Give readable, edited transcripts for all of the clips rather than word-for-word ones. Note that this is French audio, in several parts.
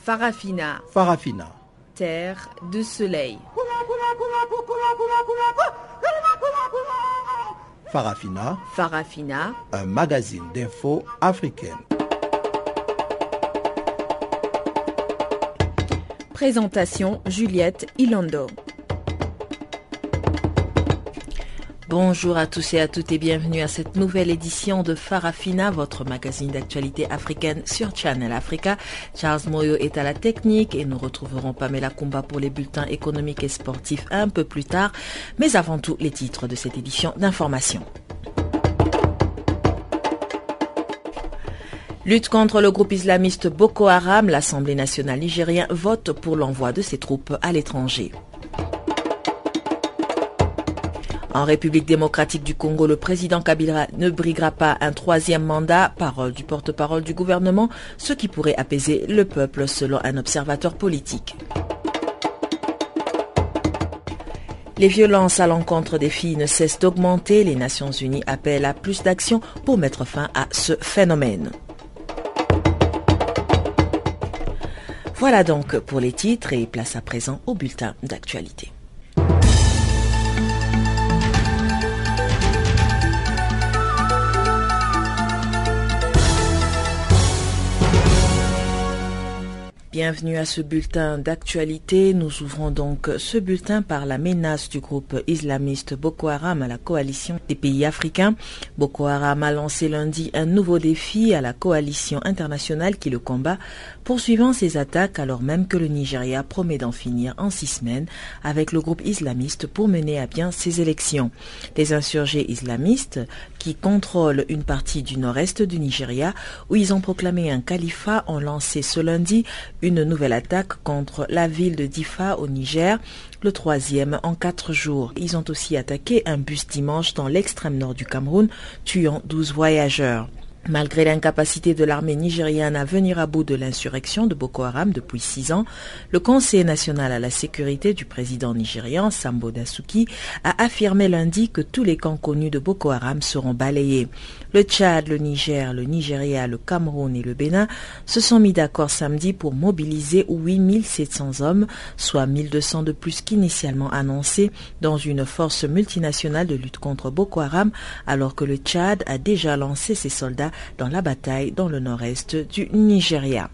Farafina. Farafina. Terre de soleil. Farafina. Farafina. Un magazine d'infos africaine. Présentation Juliette Ilondo. Bonjour à tous et à toutes et bienvenue à cette nouvelle édition de Farafina, votre magazine d'actualité africaine sur Channel Africa. Charles Moyo est à la technique et nous retrouverons Pamela Kumba pour les bulletins économiques et sportifs un peu plus tard. Mais avant tout, les titres de cette édition d'information. Lutte contre le groupe islamiste Boko Haram, l'Assemblée nationale nigérienne vote pour l'envoi de ses troupes à l'étranger. En République démocratique du Congo, le président Kabila ne briguera pas un troisième mandat, parole du porte-parole du gouvernement, ce qui pourrait apaiser le peuple selon un observateur politique. Les violences à l'encontre des filles ne cessent d'augmenter. Les Nations Unies appellent à plus d'actions pour mettre fin à ce phénomène. Voilà donc pour les titres et place à présent au bulletin d'actualité. Bienvenue à ce bulletin d'actualité. Nous ouvrons donc ce bulletin par la menace du groupe islamiste Boko Haram à la coalition des pays africains. Boko Haram a lancé lundi un nouveau défi à la coalition internationale qui le combat, poursuivant ses attaques alors même que le Nigeria promet d'en finir en 6 semaines avec le groupe islamiste pour mener à bien ses élections. Les insurgés islamistes qui contrôlent une partie du nord-est du Nigeria où ils ont proclamé un califat ont lancé ce lundi une nouvelle attaque contre la ville de Difa au Niger, le 3e en 4 jours. Ils ont aussi attaqué un bus dimanche dans l'extrême nord du Cameroun, tuant 12 voyageurs. Malgré l'incapacité de l'armée nigériane à venir à bout de l'insurrection de Boko Haram depuis 6 ans, le Conseil national à la sécurité du président nigérian Sambo Dasuki a affirmé lundi que tous les camps connus de Boko Haram seront balayés. Le Tchad, le Niger, le Nigeria, le Cameroun et le Bénin se sont mis d'accord samedi pour mobiliser 8700 hommes, soit 1200 de plus qu'initialement annoncé, dans une force multinationale de lutte contre Boko Haram, alors que le Tchad a déjà lancé ses soldats dans la bataille dans le nord-est du Nigeria.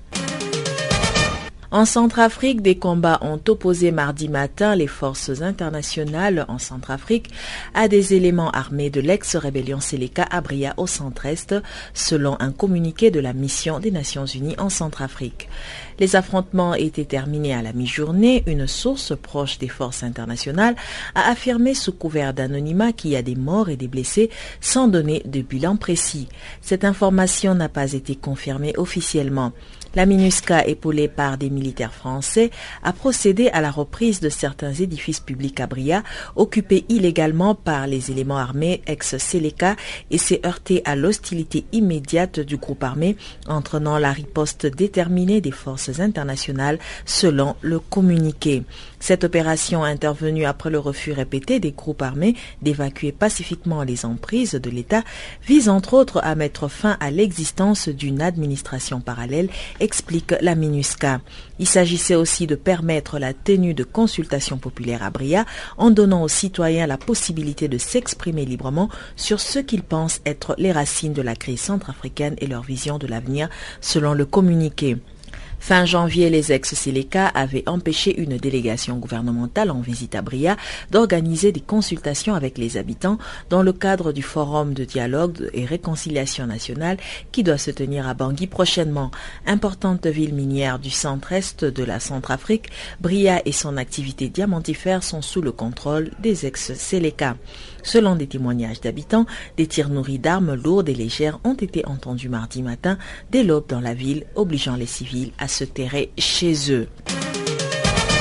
En Centrafrique, des combats ont opposé mardi matin les forces internationales en Centrafrique à des éléments armés de l'ex-rébellion Séléka à Bria au centre-est, selon un communiqué de la mission des Nations Unies en Centrafrique. Les affrontements étaient terminés à la mi-journée. Une source proche des forces internationales a affirmé sous couvert d'anonymat qu'il y a des morts et des blessés sans donner de bilan précis. Cette information n'a pas été confirmée officiellement. La MINUSCA, épaulée par des militaires français, a procédé à la reprise de certains édifices publics à Bria, occupés illégalement par les éléments armés ex-Séléka, et s'est heurtée à l'hostilité immédiate du groupe armé, entraînant la riposte déterminée des forces internationales, selon le communiqué. Cette opération intervenue après le refus répété des groupes armés d'évacuer pacifiquement les emprises de l'État vise entre autres à mettre fin à l'existence d'une administration parallèle, explique la MINUSCA. Il s'agissait aussi de permettre la tenue de consultations populaires à Bria en donnant aux citoyens la possibilité de s'exprimer librement sur ce qu'ils pensent être les racines de la crise centrafricaine et leur vision de l'avenir, selon le communiqué. Fin janvier, les ex-Séléka avaient empêché une délégation gouvernementale en visite à Bria d'organiser des consultations avec les habitants dans le cadre du Forum de dialogue et réconciliation nationale qui doit se tenir à Bangui prochainement. Importante ville minière du centre-est de la Centrafrique, Bria et son activité diamantifère sont sous le contrôle des ex-Séléka. Selon des témoignages d'habitants, des tirs nourris d'armes lourdes et légères ont été entendus mardi matin dès l'aube dans la ville, obligeant les civils à se terrer chez eux.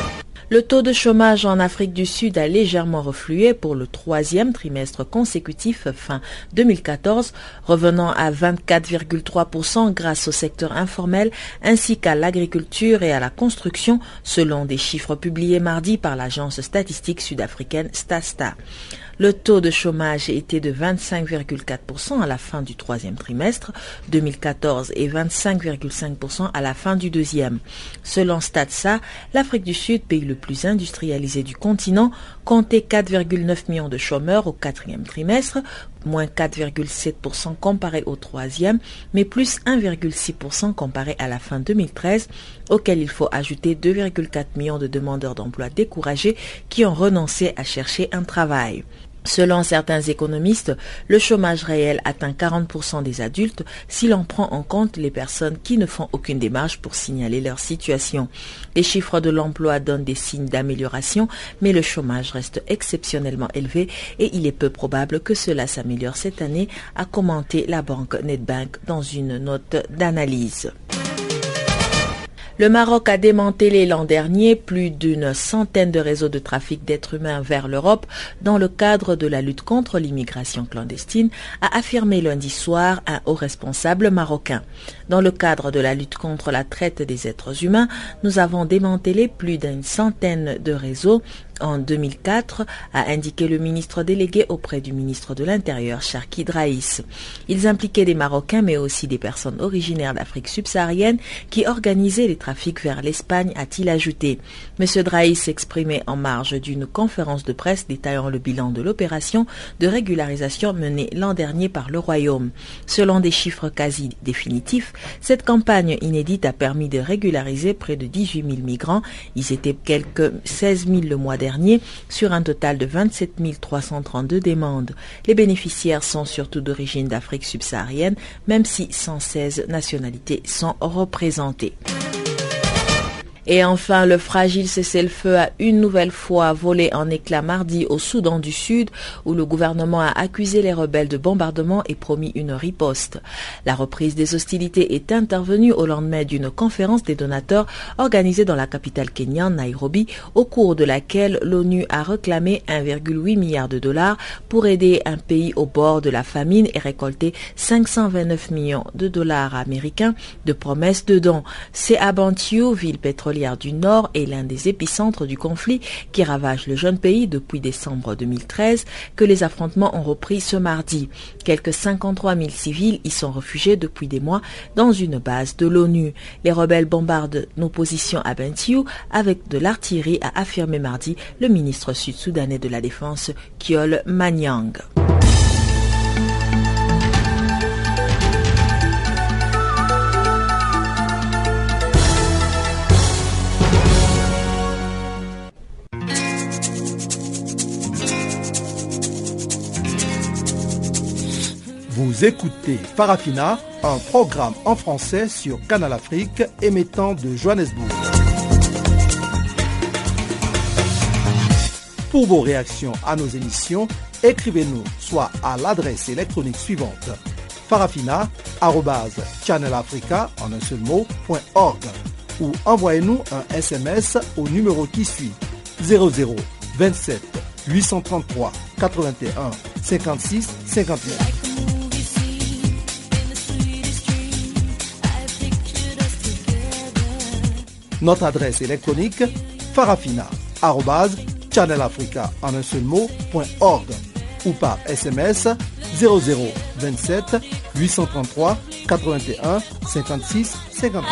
Le taux de chômage en Afrique du Sud a légèrement reflué pour le troisième trimestre consécutif fin 2014, revenant à 24,3% grâce au secteur informel ainsi qu'à l'agriculture et à la construction, selon des chiffres publiés mardi par l'agence statistique sud-africaine Stasta. Le taux de chômage était de 25,4% à la fin du troisième trimestre 2014 et 25,5% à la fin du deuxième. Selon Statsa, l'Afrique du Sud, pays le plus industrialisé du continent, comptait 4,9 millions de chômeurs au quatrième trimestre, moins 4,7% comparé au troisième, mais plus 1,6% comparé à la fin 2013, auquel il faut ajouter 2,4 millions de demandeurs d'emploi découragés qui ont renoncé à chercher un travail. Selon certains économistes, le chômage réel atteint 40% des adultes si l'on prend en compte les personnes qui ne font aucune démarche pour signaler leur situation. Les chiffres de l'emploi donnent des signes d'amélioration, mais le chômage reste exceptionnellement élevé et il est peu probable que cela s'améliore cette année, a commenté la banque Nedbank dans une note d'analyse. Le Maroc a démantelé l'an dernier plus d'une centaine de réseaux de trafic d'êtres humains vers l'Europe dans le cadre de la lutte contre l'immigration clandestine, a affirmé lundi soir un haut responsable marocain. Dans le cadre de la lutte contre la traite des êtres humains, nous avons démantelé plus d'une centaine de réseaux en 2004, a indiqué le ministre délégué auprès du ministre de l'Intérieur, Sharki Draïs. Ils impliquaient des Marocains, mais aussi des personnes originaires d'Afrique subsaharienne qui organisaient les trafics vers l'Espagne, a-t-il ajouté. M. Draïs s'exprimait en marge d'une conférence de presse détaillant le bilan de l'opération de régularisation menée l'an dernier par le Royaume. Selon des chiffres quasi définitifs, cette campagne inédite a permis de régulariser près de 18 000 migrants. Ils étaient quelques 16 000 le mois dernier, sur un total de 27 332 demandes. Les bénéficiaires sont surtout d'origine d'Afrique subsaharienne, même si 116 nationalités sont représentées. Et enfin, le fragile cessez-le-feu a une nouvelle fois volé en éclats mardi au Soudan du Sud, où le gouvernement a accusé les rebelles de bombardement et promis une riposte. La reprise des hostilités est intervenue au lendemain d'une conférence des donateurs organisée dans la capitale kenyane, Nairobi, au cours de laquelle l'ONU a réclamé 1,8 milliard de dollars pour aider un pays au bord de la famine et récolter 529 millions de dollars américains de promesses de dons. C'est à Bantiu, ville pétrolière du Nord, est l'un des épicentres du conflit qui ravage le jeune pays depuis décembre 2013, que les affrontements ont repris ce mardi. Quelques 53 000 civils y sont réfugiés depuis des mois dans une base de l'ONU. Les rebelles bombardent nos positions à Bantiu avec de l'artillerie, a affirmé mardi le ministre sud-soudanais de la Défense, Kiol Manyang. Vous écoutez Farafina, un programme en français sur Canal Afrique émettant de Johannesburg. Pour vos réactions à nos émissions, écrivez-nous soit à l'adresse électronique suivante: farafina@channelafrica en un seul mot.org, ou envoyez-nous un SMS au numéro qui suit 00 27 833 81 56 59. Notre adresse électronique farafina@channelafrica en un seul mot.org, ou par SMS 0027 833 81 56 59.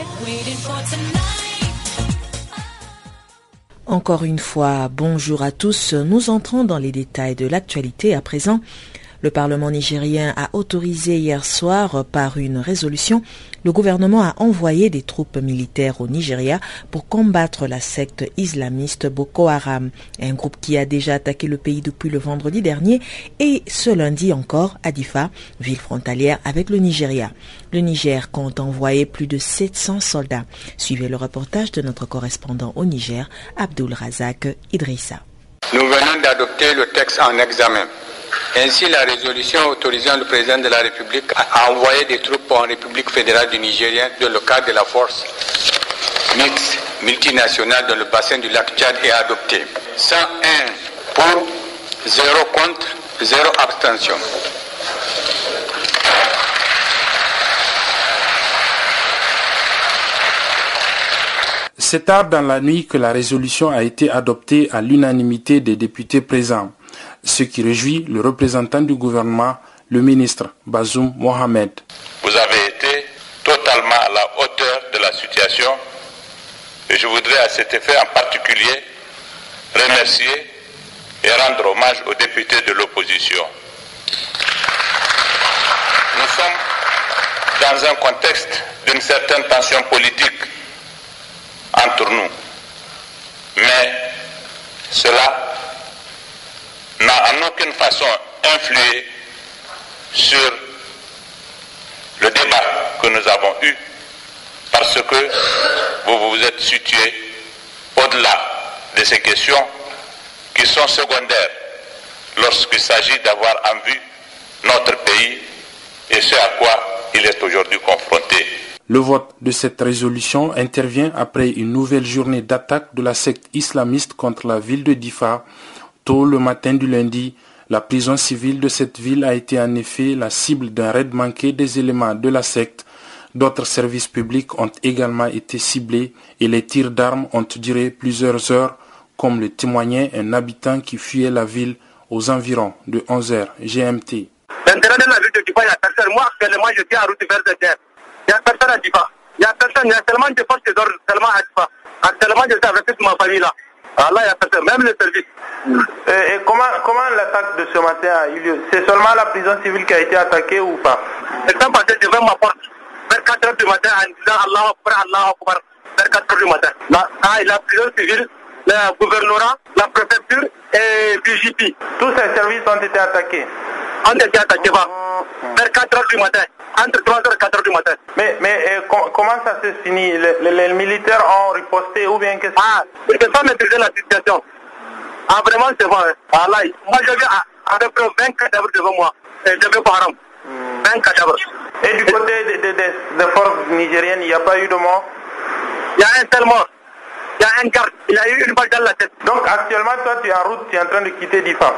Encore une fois, bonjour à tous. Nous entrons dans les détails de l'actualité à présent. Le Parlement nigérien a autorisé hier soir, par une résolution, le gouvernement a envoyé des troupes militaires au Nigeria pour combattre la secte islamiste Boko Haram, un groupe qui a déjà attaqué le pays depuis le vendredi dernier et ce lundi encore à Difa, ville frontalière avec le Nigeria. Le Niger compte envoyer plus de 700 soldats. Suivez le reportage de notre correspondant au Niger, Abdul Razak Idrissa. Nous venons d'adopter le texte en examen. Ainsi, la résolution autorisant le président de la République à envoyer des troupes en République fédérale du Nigeria dans le cadre de la force mixte multinationales dans le bassin du lac Tchad est adopté. 101 pour, 0 contre, 0 abstention. C'est tard dans la nuit que la résolution a été adoptée à l'unanimité des députés présents, ce qui réjouit le représentant du gouvernement, le ministre Bazoum Mohamed. Vous avez été totalement à la hauteur de la situation et je voudrais à cet effet en particulier remercier et rendre hommage aux députés de l'opposition. Nous sommes dans un contexte d'une certaine tension politique entre nous. Mais cela n'a en aucune façon influé sur le débat que nous avons eu parce que vous vous êtes situé au-delà de ces questions qui sont secondaires lorsqu'il s'agit d'avoir en vue notre pays et ce à quoi il est aujourd'hui confronté. Le vote de cette résolution intervient après une nouvelle journée d'attaque de la secte islamiste contre la ville de Difa. Tôt le matin du lundi, la prison civile de cette ville a été en effet la cible d'un raid manqué des éléments de la secte. D'autres services publics ont également été ciblés et les tirs d'armes ont duré plusieurs heures, comme le témoignait un habitant qui fuyait la ville aux environs de 11h GMT. L'intérêt de la ville de Difa, il y a personne. Moi, actuellement, je suis en route vers le terre. Il n'y a personne à Difa. Il n'y a personne. Il y a tellement de forces d'ordre, tellement à Difa. Actuellement, je suis avec toute ma famille là. Alors là, il n'y a personne. Même le service. Et comment l'attaque de ce matin a eu lieu? C'est seulement la prison civile qui a été attaquée ou pas? Ils sont passés devant ma porte vers 4 h du matin en disant Allah Akbar, vers 4 h du matin. La prison civile, le gouvernorat, la préfecture et BJP. Tous ces services ont été attaqués? Ont été attaqués vers 4 h du matin. Entre 3 h et 4 h du matin. Mais comment ça s'est fini? Les militaires ont riposté ou bien qu'est-ce que... Ils ne peuvent pas maîtriser la situation. Vraiment, c'est vrai. Moi, je viens avec 20 cadavres devant moi. Et je vais par an. 20 cadavres. Et du côté des forces nigériennes, il n'y a pas eu de mort? Il y a un seul mort. Il y a un garde. Il a eu une balle dans la tête. Donc, actuellement, toi, tu es en route, tu es en train de quitter Difa?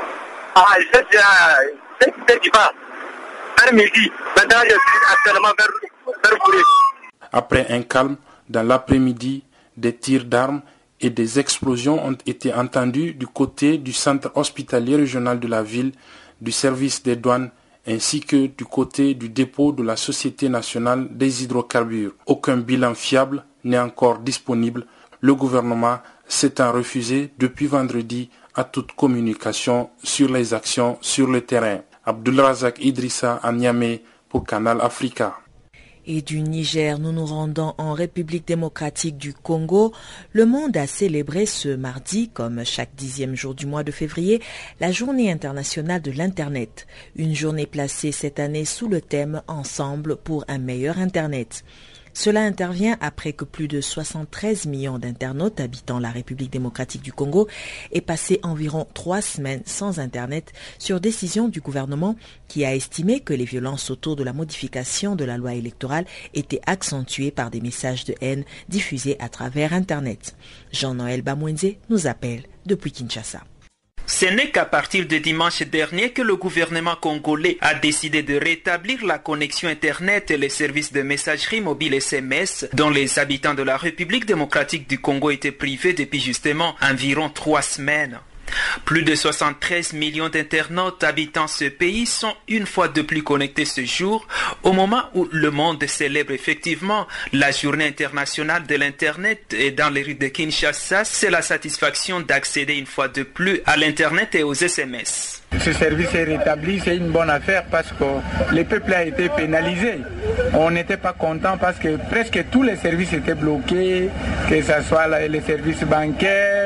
J'ai quitté Difa. Vers midi. Maintenant, je suis actuellement vers Bouré. Après un calme, dans l'après-midi, des tirs d'armes et des explosions ont été entendus du côté du centre hospitalier régional de la ville, du service des douanes, ainsi que du côté du dépôt de la Société nationale des hydrocarbures. Aucun bilan fiable n'est encore disponible. Le gouvernement s'étant refusé depuis vendredi à toute communication sur les actions sur le terrain. Abdulrazak Idrissa à Niamey pour Canal Africa. Et du Niger, nous nous rendons en République démocratique du Congo. Le monde a célébré ce mardi, comme chaque 10e jour du mois de février, la journée internationale de l'Internet. Une journée placée cette année sous le thème « Ensemble pour un meilleur Internet ». Cela intervient après que plus de 73 millions d'internautes habitant la République démocratique du Congo aient passé environ 3 semaines sans Internet sur décision du gouvernement qui a estimé que les violences autour de la modification de la loi électorale étaient accentuées par des messages de haine diffusés à travers Internet. Jean-Noël Bamouenze nous appelle depuis Kinshasa. Ce n'est qu'à partir de dimanche dernier que le gouvernement congolais a décidé de rétablir la connexion Internet et les services de messagerie mobile SMS dont les habitants de la République démocratique du Congo étaient privés depuis justement environ 3 semaines. Plus de 73 millions d'internautes habitant ce pays sont une fois de plus connectés ce jour, au moment où le monde célèbre effectivement la journée internationale de l'Internet. Et dans les rues de Kinshasa, c'est la satisfaction d'accéder une fois de plus à l'Internet et aux SMS. Ce service est rétabli, c'est une bonne affaire parce que le peuple a été pénalisé. On n'était pas content parce que presque tous les services étaient bloqués, que ce soit les services bancaires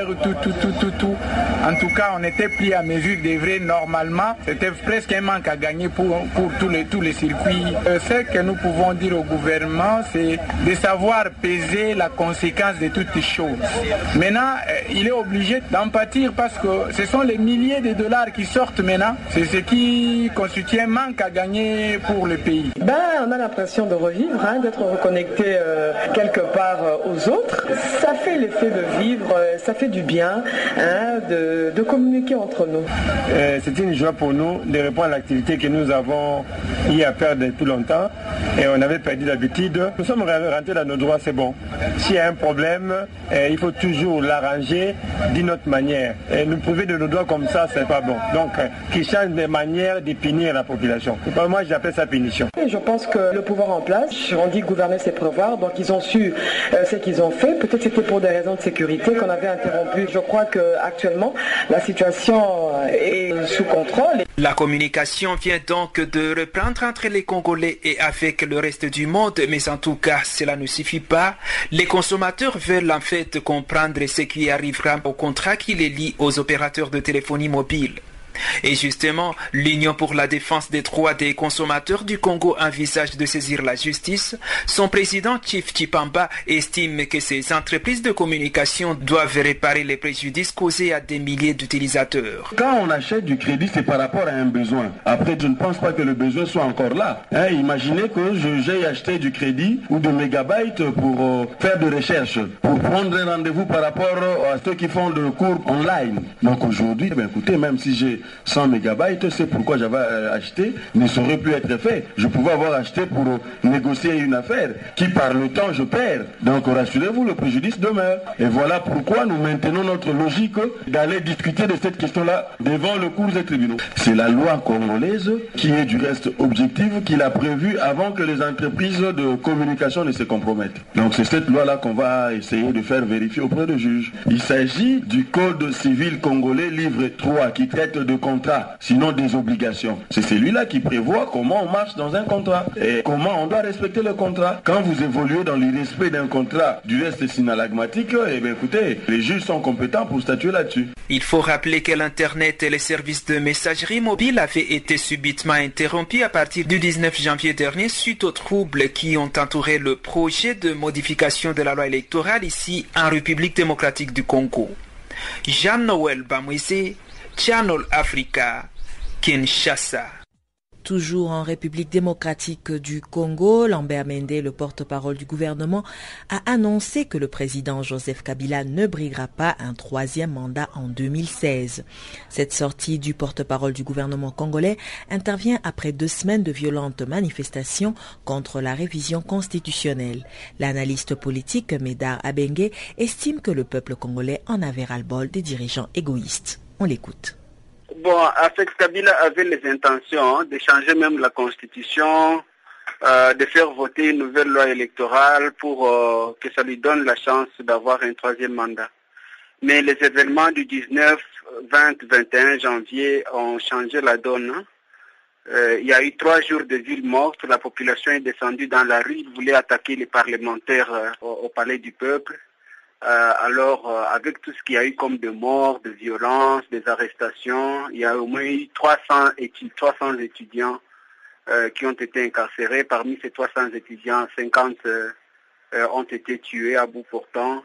faire tout. En tout cas, on était pris à mesure des vrais normalement. C'était presque un manque à gagner pour tous les circuits. Ce que nous pouvons dire au gouvernement, c'est de savoir peser la conséquence de toutes les choses. Maintenant, il est obligé d'en pâtir parce que ce sont les milliers de dollars qui sortent maintenant. C'est ce qui constitue un manque à gagner pour le pays. On a l'impression de revivre, d'être reconnecté quelque part aux autres. Ça fait l'effet de vivre, ça fait du bien de communiquer entre nous. C'est une joie pour nous de reprendre l'activité que nous avons eu à faire depuis longtemps et on avait perdu l'habitude. Nous sommes rentrés dans nos droits, c'est bon. S'il y a un problème, il faut toujours l'arranger d'une autre manière. Et nous priver de nos droits comme ça, c'est pas bon. Donc, qu'ils changent de manière de punir la population. Moi, j'appelle ça punition. Et je pense que le pouvoir en place, on dit gouverner c'est prévoir, donc ils ont su ce qu'ils ont fait. Peut-être c'était pour des raisons de sécurité qu'on avait interrompu. Je crois qu'actuellement, la situation est sous contrôle. La communication vient donc de reprendre entre les Congolais et avec le reste du monde, mais en tout cas, cela ne suffit pas. Les consommateurs veulent en fait comprendre ce qui arrivera au contrat qui les lie aux opérateurs de téléphonie mobile. Et justement, l'Union pour la défense des droits des consommateurs du Congo envisage de saisir la justice. Son président, Chief Chipamba, estime que ces entreprises de communication doivent réparer les préjudices causés à des milliers d'utilisateurs. Quand on achète du crédit, c'est par rapport à un besoin. Après, je ne pense pas que le besoin soit encore là. Imaginez que j'ai acheté du crédit ou de mégabytes pour faire de recherche, pour prendre un rendez-vous par rapport à ceux qui font de cours online. Donc aujourd'hui, écoutez, même si j'ai 100 mégabytes, c'est pourquoi j'avais acheté, ne saurait plus être fait. Je pouvais avoir acheté pour négocier une affaire qui par le temps je perds. Donc rassurez-vous, le préjudice demeure. Et voilà pourquoi nous maintenons notre logique d'aller discuter de cette question-là devant le cours des tribunaux. C'est la loi congolaise qui est du reste objective, qui l'a prévue avant que les entreprises de communication ne se compromettent. Donc c'est cette loi-là qu'on va essayer de faire vérifier auprès du juge. Il s'agit du Code civil congolais, livre 3, qui traite de contrat, sinon des obligations. C'est celui-là qui prévoit comment on marche dans un contrat et comment on doit respecter le contrat. Quand vous évoluez dans l'irrespect d'un contrat, du reste synalagmatique, écoutez, les juges sont compétents pour statuer là-dessus. Il faut rappeler que l'Internet et les services de messagerie mobile avaient été subitement interrompus à partir du 19 janvier dernier suite aux troubles qui ont entouré le projet de modification de la loi électorale ici en République démocratique du Congo. Jean-Noël Bamwese, Channel Africa, Kinshasa. Toujours en République démocratique du Congo, Lambert Mende, le porte-parole du gouvernement, a annoncé que le président Joseph Kabila ne briguera pas un troisième mandat en 2016. Cette sortie du porte-parole du gouvernement congolais intervient après 2 semaines de violentes manifestations contre la révision constitutionnelle. L'analyste politique Médard Abengue estime que le peuple congolais en avait ras-le-bol des dirigeants égoïstes. On l'écoute. Afex Kabila avait les intentions de changer même la constitution, de faire voter une nouvelle loi électorale pour que ça lui donne la chance d'avoir un troisième mandat. Mais les événements du 19, 20, 21 janvier ont changé la donne. Il y a eu 3 jours de ville morte, la population est descendue dans la rue, ils voulaient attaquer les parlementaires au palais du peuple. Avec tout ce qu'il y a eu comme de morts, de violences, des arrestations, il y a au moins eu 300 étudiants qui ont été incarcérés. Parmi ces 300 étudiants, 50 ont été tués à bout portant.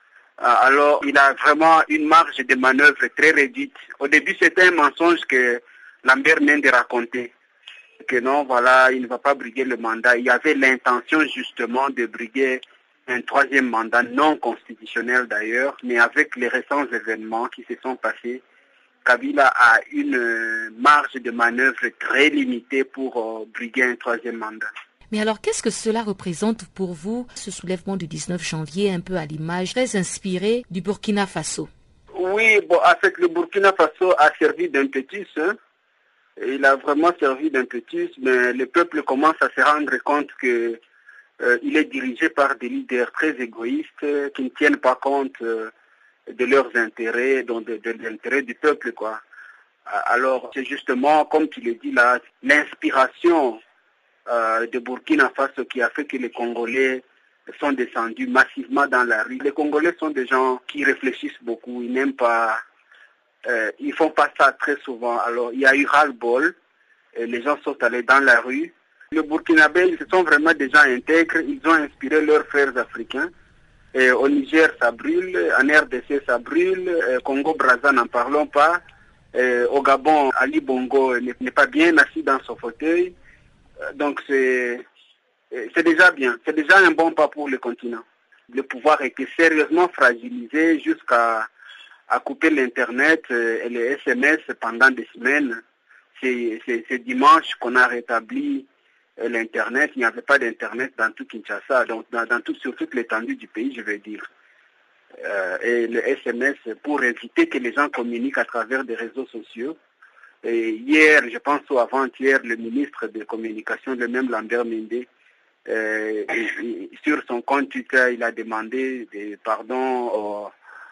Il a vraiment une marge de manœuvre très réduite. Au début, c'était un mensonge que Lambert Mende racontait. Que non, il ne va pas briguer le mandat. Il y avait l'intention justement de briguer un troisième mandat non constitutionnel d'ailleurs, mais avec les récents événements qui se sont passés, Kabila a une marge de manœuvre très limitée pour briguer un troisième mandat. Mais alors, qu'est-ce que cela représente pour vous, ce soulèvement du 19 janvier, un peu à l'image très inspiré du Burkina Faso? Oui, avec le Burkina Faso a servi d'impetus. Il a vraiment servi d'impetus, mais le peuple commence à se rendre compte que il est dirigé par des leaders très égoïstes qui ne tiennent pas compte de leurs intérêts, donc de l'intérêt du peuple, quoi. Alors, c'est justement, comme tu le dis là, l'inspiration de Burkina Faso qui a fait que les Congolais sont descendus massivement dans la rue. Les Congolais sont des gens qui réfléchissent beaucoup, ils n'aiment pas, ils font pas ça très souvent. Alors il y a eu ras-le-bol, les gens sont allés dans la rue. Les Burkinabés, ce sont vraiment des gens intègres, ils ont inspiré leurs frères africains. Et au Niger, ça brûle, en RDC, ça brûle, Congo-Brazza, n'en parlons pas. Au Gabon, Ali Bongo n'est pas bien assis dans son fauteuil. Donc c'est déjà bien, c'est déjà un bon pas pour le continent. Le pouvoir a été sérieusement fragilisé jusqu'à couper l'Internet et les SMS pendant des semaines. C'est dimanche qu'on a rétabli l'Internet. Il n'y avait pas d'Internet dans tout Kinshasa, donc sur toute l'étendue du pays, je veux dire. Et le SMS pour éviter que les gens communiquent à travers des réseaux sociaux. Et hier, je pense ou avant-hier, le ministre de Communication, le même Lambert Mende, sur son compte Twitter, il a demandé pardon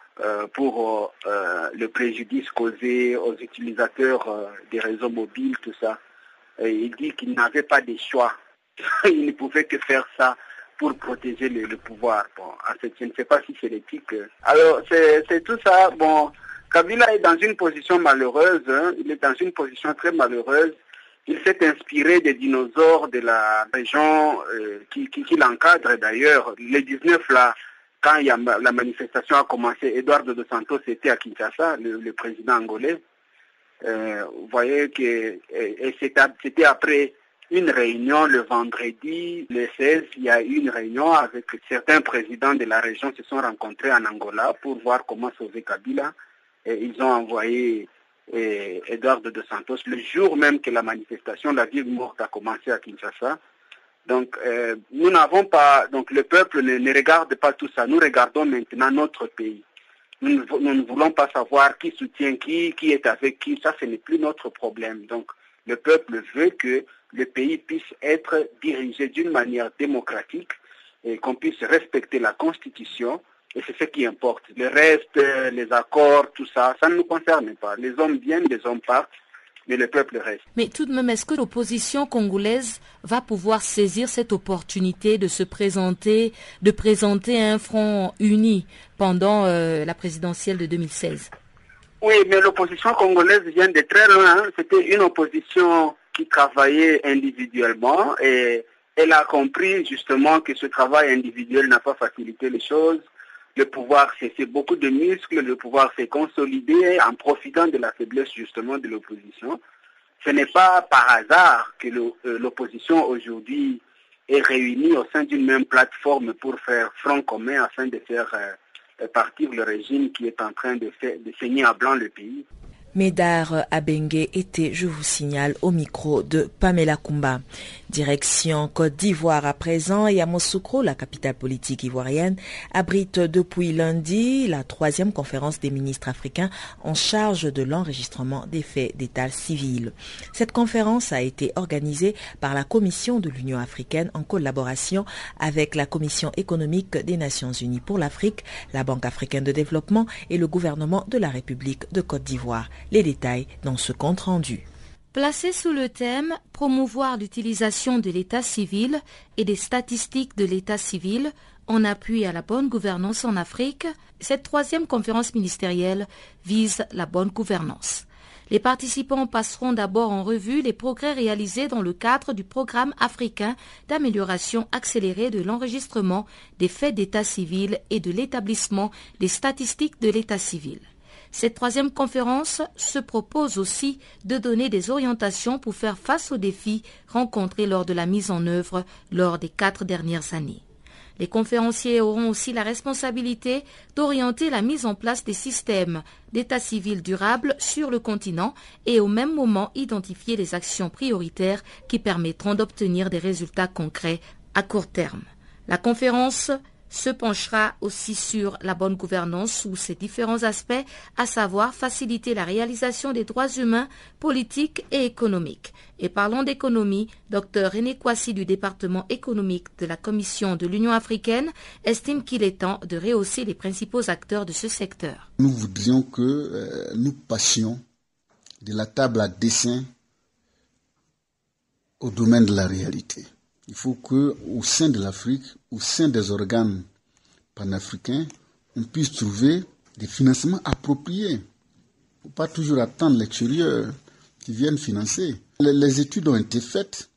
pour le préjudice causé aux utilisateurs des réseaux mobiles, tout ça. Et il dit qu'il n'avait pas de choix. Il ne pouvait que faire ça pour protéger le pouvoir. Bon, en fait, je ne sais pas si c'est l'éthique. Alors, c'est tout ça. Bon, Kabila est dans une position malheureuse. Hein. Il est dans une position très malheureuse. Il s'est inspiré des dinosaures de la région qui l'encadrent d'ailleurs. Les 19 là, quand la manifestation a commencé, Eduardo dos Santos était à Kinshasa, le président angolais. Vous voyez que c'était après une réunion le vendredi, le 16, il y a eu une réunion avec certains présidents de la région qui se sont rencontrés en Angola pour voir comment sauver Kabila. Et ils ont envoyé Eduardo dos Santos le jour même que la manifestation, la ville morte a commencé à Kinshasa. Donc nous n'avons pas, donc le peuple ne regarde pas tout ça. Nous regardons maintenant notre pays. Nous ne voulons pas savoir qui soutient qui est avec qui. Ça, ce n'est plus notre problème. Donc le peuple veut que le pays puisse être dirigé d'une manière démocratique et qu'on puisse respecter la Constitution. Et c'est ce qui importe. Le reste, les accords, tout ça, ça ne nous concerne pas. Les hommes viennent, les hommes partent, mais le peuple reste. Mais tout de même, est-ce que l'opposition congolaise va pouvoir saisir cette opportunité de présenter un front uni pendant la présidentielle de 2016? Oui, mais l'opposition congolaise vient de très loin. C'était une opposition qui travaillait individuellement et elle a compris justement que ce travail individuel n'a pas facilité les choses. Le pouvoir c'est beaucoup de muscles, le pouvoir s'est consolidé en profitant de la faiblesse justement de l'opposition. Ce n'est pas par hasard que l'opposition aujourd'hui est réunie au sein d'une même plateforme pour faire front commun afin de faire partir le régime qui est en train de saigner à blanc le pays. Médard Abengue était, je vous signale, au micro de Pamela Kumba. Direction Côte d'Ivoire à présent, et Yamoussoukro, la capitale politique ivoirienne, abrite depuis lundi la 3e conférence des ministres africains en charge de l'enregistrement des faits d'état civil. Cette conférence a été organisée par la Commission de l'Union africaine en collaboration avec la Commission économique des Nations unies pour l'Afrique, la Banque africaine de développement et le gouvernement de la République de Côte d'Ivoire. Les détails dans ce compte rendu. Placé sous le thème « Promouvoir l'utilisation de l'état civil et des statistiques de l'état civil en appui à la bonne gouvernance en Afrique », cette 3e conférence ministérielle vise la bonne gouvernance. Les participants passeront d'abord en revue les progrès réalisés dans le cadre du programme africain d'amélioration accélérée de l'enregistrement des faits d'état civil et de l'établissement des statistiques de l'état civil. Cette 3e conférence se propose aussi de donner des orientations pour faire face aux défis rencontrés lors de la mise en œuvre lors des 4 dernières années. Les conférenciers auront aussi la responsabilité d'orienter la mise en place des systèmes d'état civil durable sur le continent et au même moment identifier les actions prioritaires qui permettront d'obtenir des résultats concrets à court terme. La conférence se penchera aussi sur la bonne gouvernance sous ses différents aspects, à savoir faciliter la réalisation des droits humains, politiques et économiques. Et parlant d'économie, Dr René Kwasi du département économique de la Commission de l'Union africaine estime qu'il est temps de rehausser les principaux acteurs de ce secteur. Nous voudrions que nous passions de la table à dessin au domaine de la réalité. Il faut qu'au sein de l'Afrique, au sein des organes panafricains, on puisse trouver des financements appropriés. Il ne faut pas toujours attendre l'extérieur qui vienne financer. Les études ont été faites.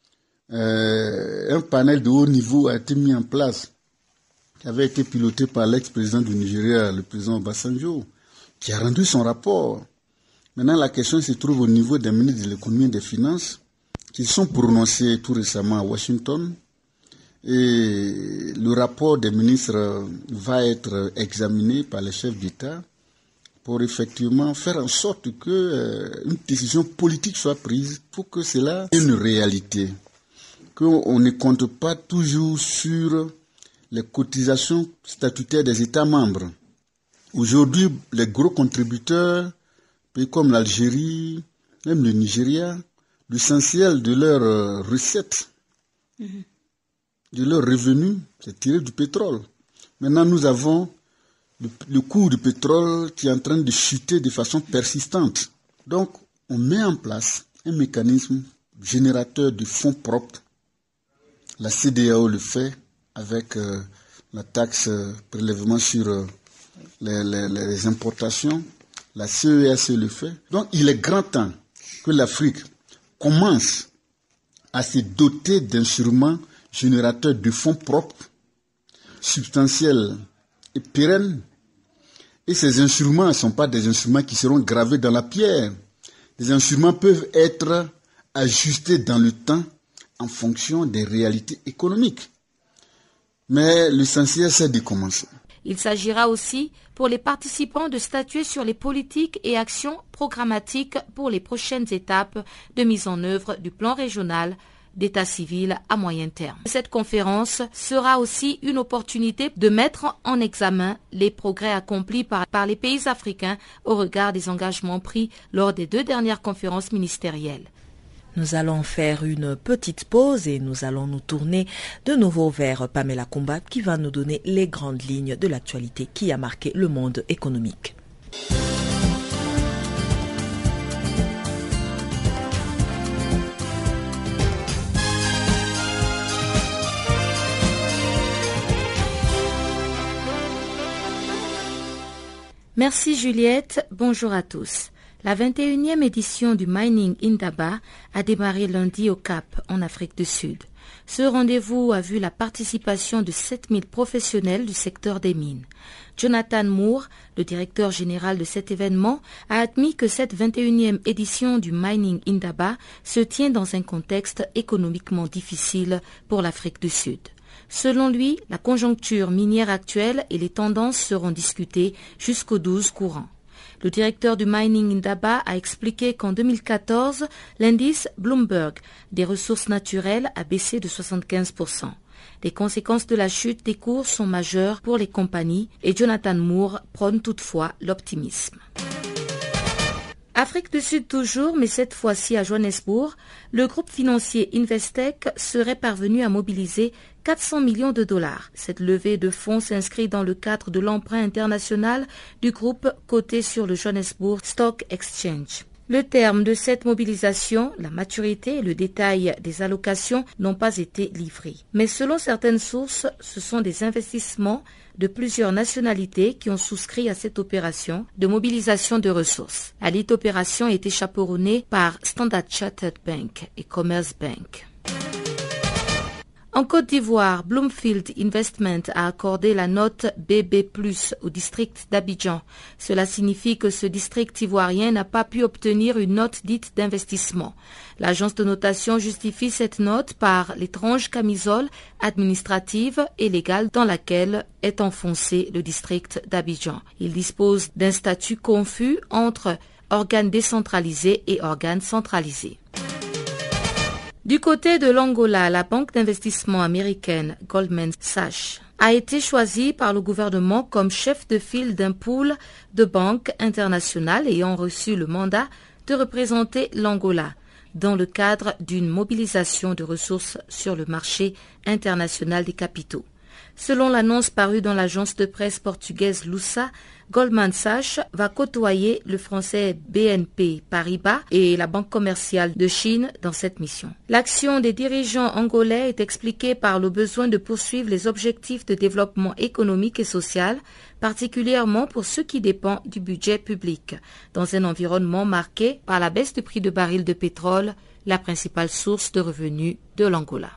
Un panel de haut niveau a été mis en place, qui avait été piloté par l'ex-président du Nigeria, le président Obasanjo, qui a rendu son rapport. Maintenant, la question se trouve au niveau des ministres de l'économie et des finances, qui sont prononcés tout récemment à Washington. Et le rapport des ministres va être examiné par les chefs d'État pour effectivement faire en sorte qu'une décision politique soit prise pour que cela soit une réalité. Qu'on ne compte pas toujours sur les cotisations statutaires des États membres. Aujourd'hui, les gros contributeurs, pays comme l'Algérie, même le Nigeria, l'essentiel de leurs recettes, de leurs revenus, c'est tiré du pétrole. Maintenant, nous avons le cours du pétrole qui est en train de chuter de façon persistante. Donc, on met en place un mécanisme générateur de fonds propres. La CEDEAO le fait avec la taxe prélèvement sur les importations. La CEAC le fait. Donc, il est grand temps que l'Afrique commence à se doter d'instruments générateurs de fonds propres, substantiels et pérennes. Et ces instruments ne sont pas des instruments qui seront gravés dans la pierre. Les instruments peuvent être ajustés dans le temps en fonction des réalités économiques. Mais l'essentiel, c'est de commencer. Il s'agira aussi pour les participants de statuer sur les politiques et actions programmatiques pour les prochaines étapes de mise en œuvre du plan régional d'état civil à moyen terme. Cette conférence sera aussi une opportunité de mettre en examen les progrès accomplis par les pays africains au regard des engagements pris lors des 2 dernières conférences ministérielles. Nous allons faire une petite pause et nous allons nous tourner de nouveau vers Pamela Kumba qui va nous donner les grandes lignes de l'actualité qui a marqué le monde économique. Merci Juliette, bonjour à tous. La 21e édition du Mining Indaba a démarré lundi au Cap, en Afrique du Sud. Ce rendez-vous a vu la participation de 7000 professionnels du secteur des mines. Jonathan Moore, le directeur général de cet événement, a admis que cette 21e édition du Mining Indaba se tient dans un contexte économiquement difficile pour l'Afrique du Sud. Selon lui, la conjoncture minière actuelle et les tendances seront discutées jusqu'au 12 courant. Le directeur du Mining Indaba a expliqué qu'en 2014, l'indice Bloomberg des ressources naturelles a baissé de 75%. Les conséquences de la chute des cours sont majeures pour les compagnies et Jonathan Moore prône toutefois l'optimisme. Afrique du Sud toujours, mais cette fois-ci à Johannesburg, le groupe financier Investec serait parvenu à mobiliser 400 millions de dollars. Cette levée de fonds s'inscrit dans le cadre de l'emprunt international du groupe coté sur le Johannesburg Stock Exchange. Le terme de cette mobilisation, la maturité et le détail des allocations n'ont pas été livrés. Mais selon certaines sources, ce sont des investissements de plusieurs nationalités qui ont souscrit à cette opération de mobilisation de ressources. La dite opération a été chaperonnée par Standard Chartered Bank et Commerce Bank. En Côte d'Ivoire, Bloomfield Investment a accordé la note BB+ au district d'Abidjan. Cela signifie que ce district ivoirien n'a pas pu obtenir une note dite d'investissement. L'agence de notation justifie cette note par l'étrange camisole administrative et légale dans laquelle est enfoncé le district d'Abidjan. Il dispose d'un statut confus entre organes décentralisés et organes centralisés. Du côté de l'Angola, la banque d'investissement américaine Goldman Sachs a été choisie par le gouvernement comme chef de file d'un pool de banques internationales ayant reçu le mandat de représenter l'Angola dans le cadre d'une mobilisation de ressources sur le marché international des capitaux. Selon l'annonce parue dans l'agence de presse portugaise Lusa, Goldman Sachs va côtoyer le français BNP Paribas et la Banque commerciale de Chine dans cette mission. L'action des dirigeants angolais est expliquée par le besoin de poursuivre les objectifs de développement économique et social, particulièrement pour ce qui dépend du budget public, dans un environnement marqué par la baisse du prix de baril de pétrole, la principale source de revenus de l'Angola.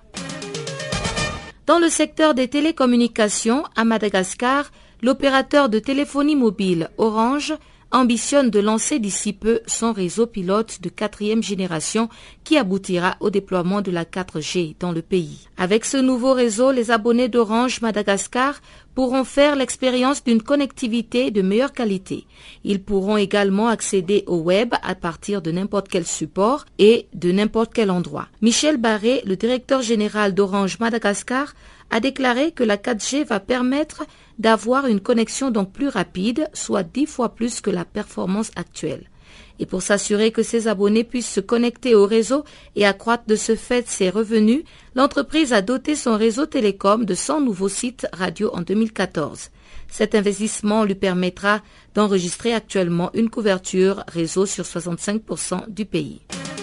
Dans le secteur des télécommunications, à Madagascar, l'opérateur de téléphonie mobile Orange ambitionne de lancer d'ici peu son réseau pilote de 4e génération qui aboutira au déploiement de la 4G dans le pays. Avec ce nouveau réseau, les abonnés d'Orange Madagascar pourront faire l'expérience d'une connectivité de meilleure qualité. Ils pourront également accéder au web à partir de n'importe quel support et de n'importe quel endroit. Michel Barré, le directeur général d'Orange Madagascar, a déclaré que la 4G va permettre d'avoir une connexion donc plus rapide, soit 10 fois plus que la performance actuelle. Et pour s'assurer que ses abonnés puissent se connecter au réseau et accroître de ce fait ses revenus, l'entreprise a doté son réseau télécom de 100 nouveaux sites radio en 2014. Cet investissement lui permettra d'enregistrer actuellement une couverture réseau sur 65% du pays.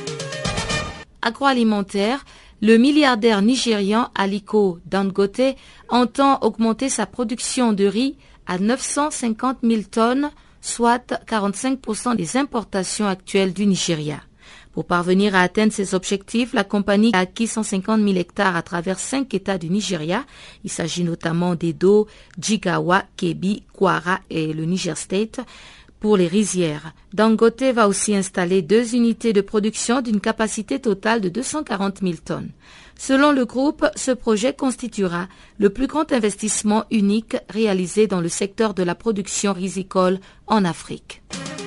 Agroalimentaire, le milliardaire nigérian Aliko Dangote entend augmenter sa production de riz à 950 000 tonnes, soit 45% des importations actuelles du Nigeria. Pour parvenir à atteindre ses objectifs, la compagnie a acquis 150 000 hectares à travers 5 États du Nigeria. Il s'agit notamment d'Edo, Jigawa, Kebbi, Kwara et le Niger State. Pour les rizières, Dangote va aussi installer 2 unités de production d'une capacité totale de 240 000 tonnes. Selon le groupe, ce projet constituera le plus grand investissement unique réalisé dans le secteur de la production rizicole en Afrique.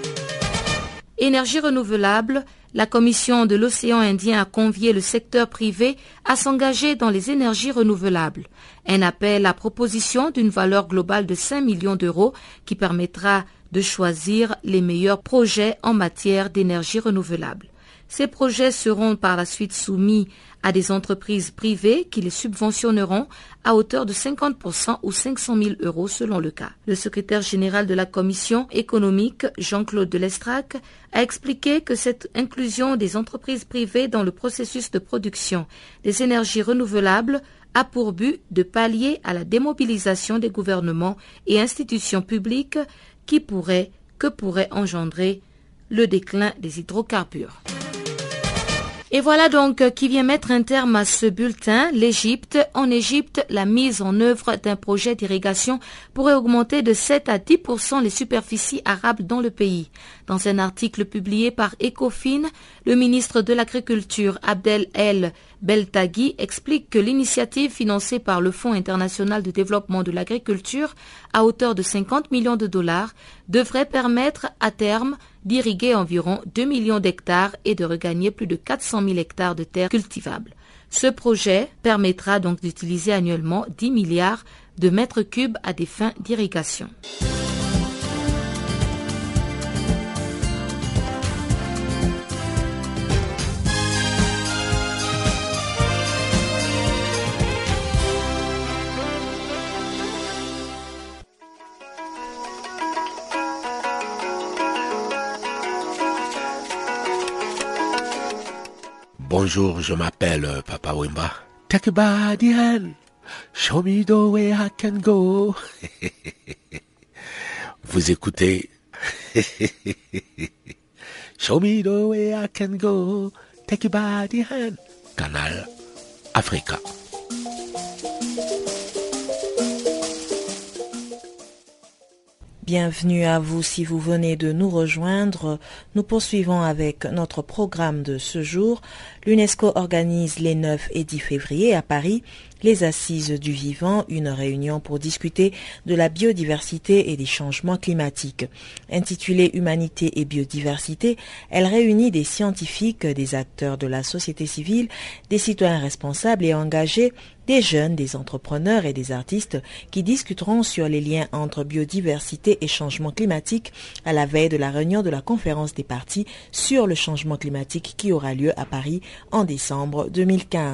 Énergie renouvelable, la Commission de l'océan Indien a convié le secteur privé à s'engager dans les énergies renouvelables. Un appel à proposition d'une valeur globale de 5 millions d'euros qui permettra de choisir les meilleurs projets en matière d'énergie renouvelable. Ces projets seront par la suite soumis à des entreprises privées qui les subventionneront à hauteur de 50% ou 500 000 euros selon le cas. Le secrétaire général de la Commission économique, Jean-Claude Delestrac, a expliqué que cette inclusion des entreprises privées dans le processus de production des énergies renouvelables a pour but de pallier à la démobilisation des gouvernements et institutions publiques que pourrait engendrer le déclin des hydrocarbures. Et voilà donc qui vient mettre un terme à ce bulletin. L'Égypte. En Égypte, la mise en œuvre d'un projet d'irrigation pourrait augmenter de 7 à 10% les superficies arables dans le pays. Dans un article publié par Ecofin, le ministre de l'Agriculture, Abdel El Beltagui, explique que l'initiative financée par le Fonds international de développement de l'agriculture à hauteur de 50 millions de dollars devrait permettre à terme d'irriguer environ 2 millions d'hectares et de regagner plus de 400 000 hectares de terres cultivables. Ce projet permettra donc d'utiliser annuellement 10 milliards de mètres cubes à des fins d'irrigation. Bonjour, je m'appelle Papa Wemba. Take a body hand, show me the way I can go. Vous écoutez Show me the way I can go, take a body hand. Canal Africa. Bienvenue à vous si vous venez de nous rejoindre. Nous poursuivons avec notre programme de ce jour. L'UNESCO organise les 9 et 10 février à Paris les Assises du Vivant, une réunion pour discuter de la biodiversité et des changements climatiques. Intitulée Humanité et biodiversité, elle réunit des scientifiques, des acteurs de la société civile, des citoyens responsables et engagés, des jeunes, des entrepreneurs et des artistes qui discuteront sur les liens entre biodiversité et changement climatique à la veille de la réunion de la conférence des parties sur le changement climatique qui aura lieu à Paris en décembre 2015.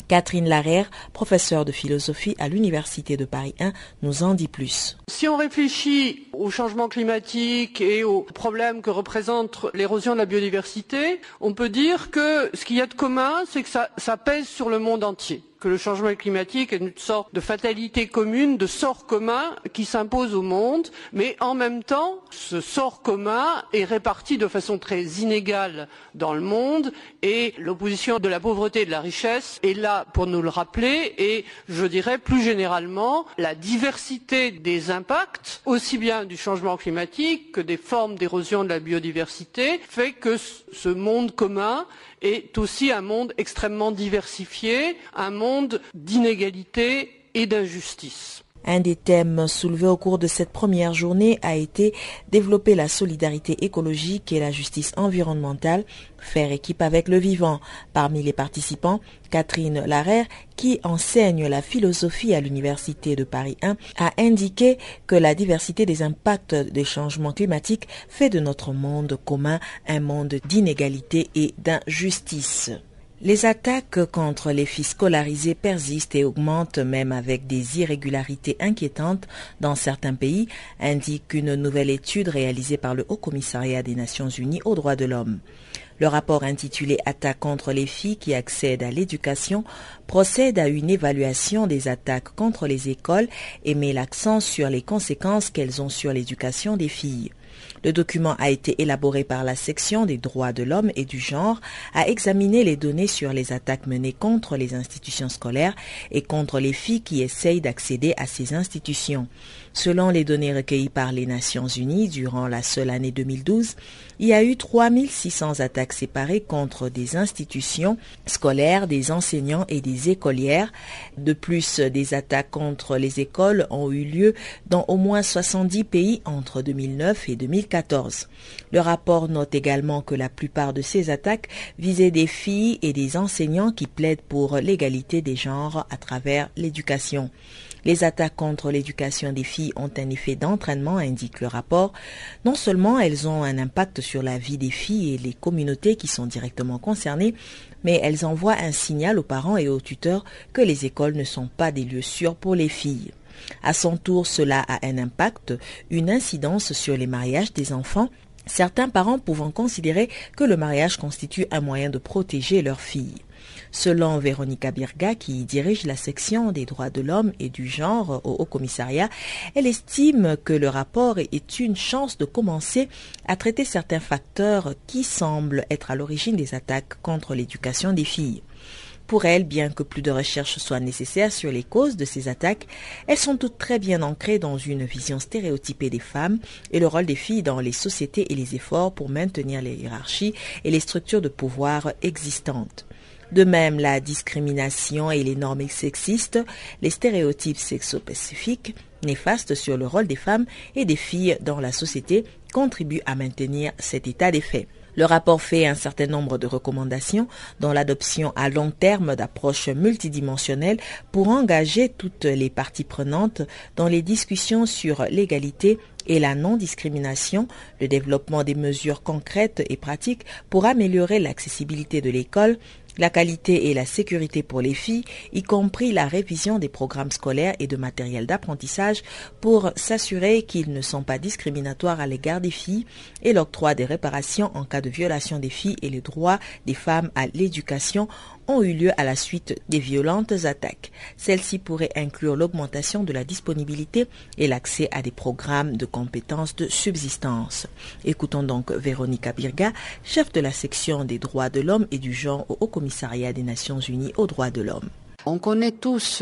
Catherine Larère, professeure de philosophie à l'Université de Paris 1, nous en dit plus. Si on réfléchit au changement climatique et aux problèmes que représente l'érosion de la biodiversité, on peut dire que ce qu'il y a de commun, c'est que ça pèse sur le monde entier. Que le changement climatique est une sorte de fatalité commune, de sort commun qui s'impose au monde, mais en même temps, ce sort commun est réparti de façon très inégale dans le monde et l'opposition de la pauvreté et de la richesse est là pour nous le rappeler et je dirais plus généralement la diversité des impacts, aussi bien du changement climatique que des formes d'érosion de la biodiversité, fait que ce monde commun est aussi un monde extrêmement diversifié, un monde d'inégalité et d'injustice. Un des thèmes soulevés au cours de cette première journée a été développer la solidarité écologique et la justice environnementale, faire équipe avec le vivant. Parmi les participants, Catherine Larère, qui enseigne la philosophie à l'Université de Paris 1, a indiqué que la diversité des impacts des changements climatiques fait de notre monde commun un monde d'inégalité et d'injustice. Les attaques contre les filles scolarisées persistent et augmentent même avec des irrégularités inquiétantes dans certains pays, indique une nouvelle étude réalisée par le Haut Commissariat des Nations Unies aux droits de l'homme. Le rapport intitulé « Attaques contre les filles qui accèdent à l'éducation » procède à une évaluation des attaques contre les écoles et met l'accent sur les conséquences qu'elles ont sur l'éducation des filles. Le document a été élaboré par la section des droits de l'homme et du genre, a examiné les données sur les attaques menées contre les institutions scolaires et contre les filles qui essayent d'accéder à ces institutions. Selon les données recueillies par les Nations Unies durant la seule année 2012, il y a eu 3600 attaques séparées contre des institutions scolaires, des enseignants et des écolières. De plus, des attaques contre les écoles ont eu lieu dans au moins 70 pays entre 2009 et 2014. Le rapport note également que la plupart de ces attaques visaient des filles et des enseignants qui plaident pour l'égalité des genres à travers l'éducation. Les attaques contre l'éducation des filles ont un effet d'entraînement, indique le rapport. Non seulement elles ont un impact sur la vie des filles et les communautés qui sont directement concernées, mais elles envoient un signal aux parents et aux tuteurs que les écoles ne sont pas des lieux sûrs pour les filles. À son tour, cela a un impact, une incidence sur les mariages des enfants, certains parents pouvant considérer que le mariage constitue un moyen de protéger leurs filles. Selon Véronica Birga, qui dirige la section des droits de l'homme et du genre au Haut Commissariat, elle estime que le rapport est une chance de commencer à traiter certains facteurs qui semblent être à l'origine des attaques contre l'éducation des filles. Pour elle, bien que plus de recherches soient nécessaires sur les causes de ces attaques, elles sont toutes très bien ancrées dans une vision stéréotypée des femmes et le rôle des filles dans les sociétés et les efforts pour maintenir les hiérarchies et les structures de pouvoir existantes. De même, la discrimination et les normes sexistes, les stéréotypes sexospécifiques, néfastes sur le rôle des femmes et des filles dans la société, contribuent à maintenir cet état des faits. Le rapport fait un certain nombre de recommandations, dont l'adoption à long terme d'approches multidimensionnelles pour engager toutes les parties prenantes dans les discussions sur l'égalité et la non-discrimination, le développement des mesures concrètes et pratiques pour améliorer l'accessibilité de l'école, la qualité et la sécurité pour les filles, y compris la révision des programmes scolaires et de matériel d'apprentissage pour s'assurer qu'ils ne sont pas discriminatoires à l'égard des filles et l'octroi des réparations en cas de violation des filles et les droits des femmes à l'éducation ont eu lieu à la suite des violentes attaques. Celles-ci pourraient inclure l'augmentation de la disponibilité et l'accès à des programmes de compétences de subsistance. Écoutons donc Véronica Birga, chef de la section des droits de l'homme et du genre au Haut Commissariat des Nations Unies aux droits de l'homme. On connaît tous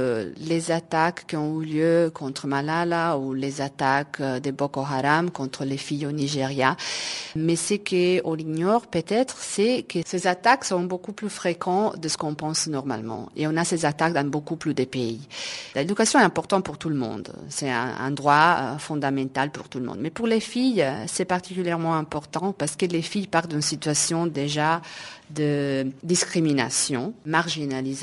les attaques qui ont eu lieu contre Malala ou les attaques de Boko Haram contre les filles au Nigeria. Mais ce qu'on ignore peut-être, c'est que ces attaques sont beaucoup plus fréquentes de ce qu'on pense normalement. Et on a ces attaques dans beaucoup plus de pays. L'éducation est importante pour tout le monde. C'est un droit fondamental pour tout le monde. Mais pour les filles, c'est particulièrement important parce que les filles partent d'une situation déjà de discrimination, marginalisation,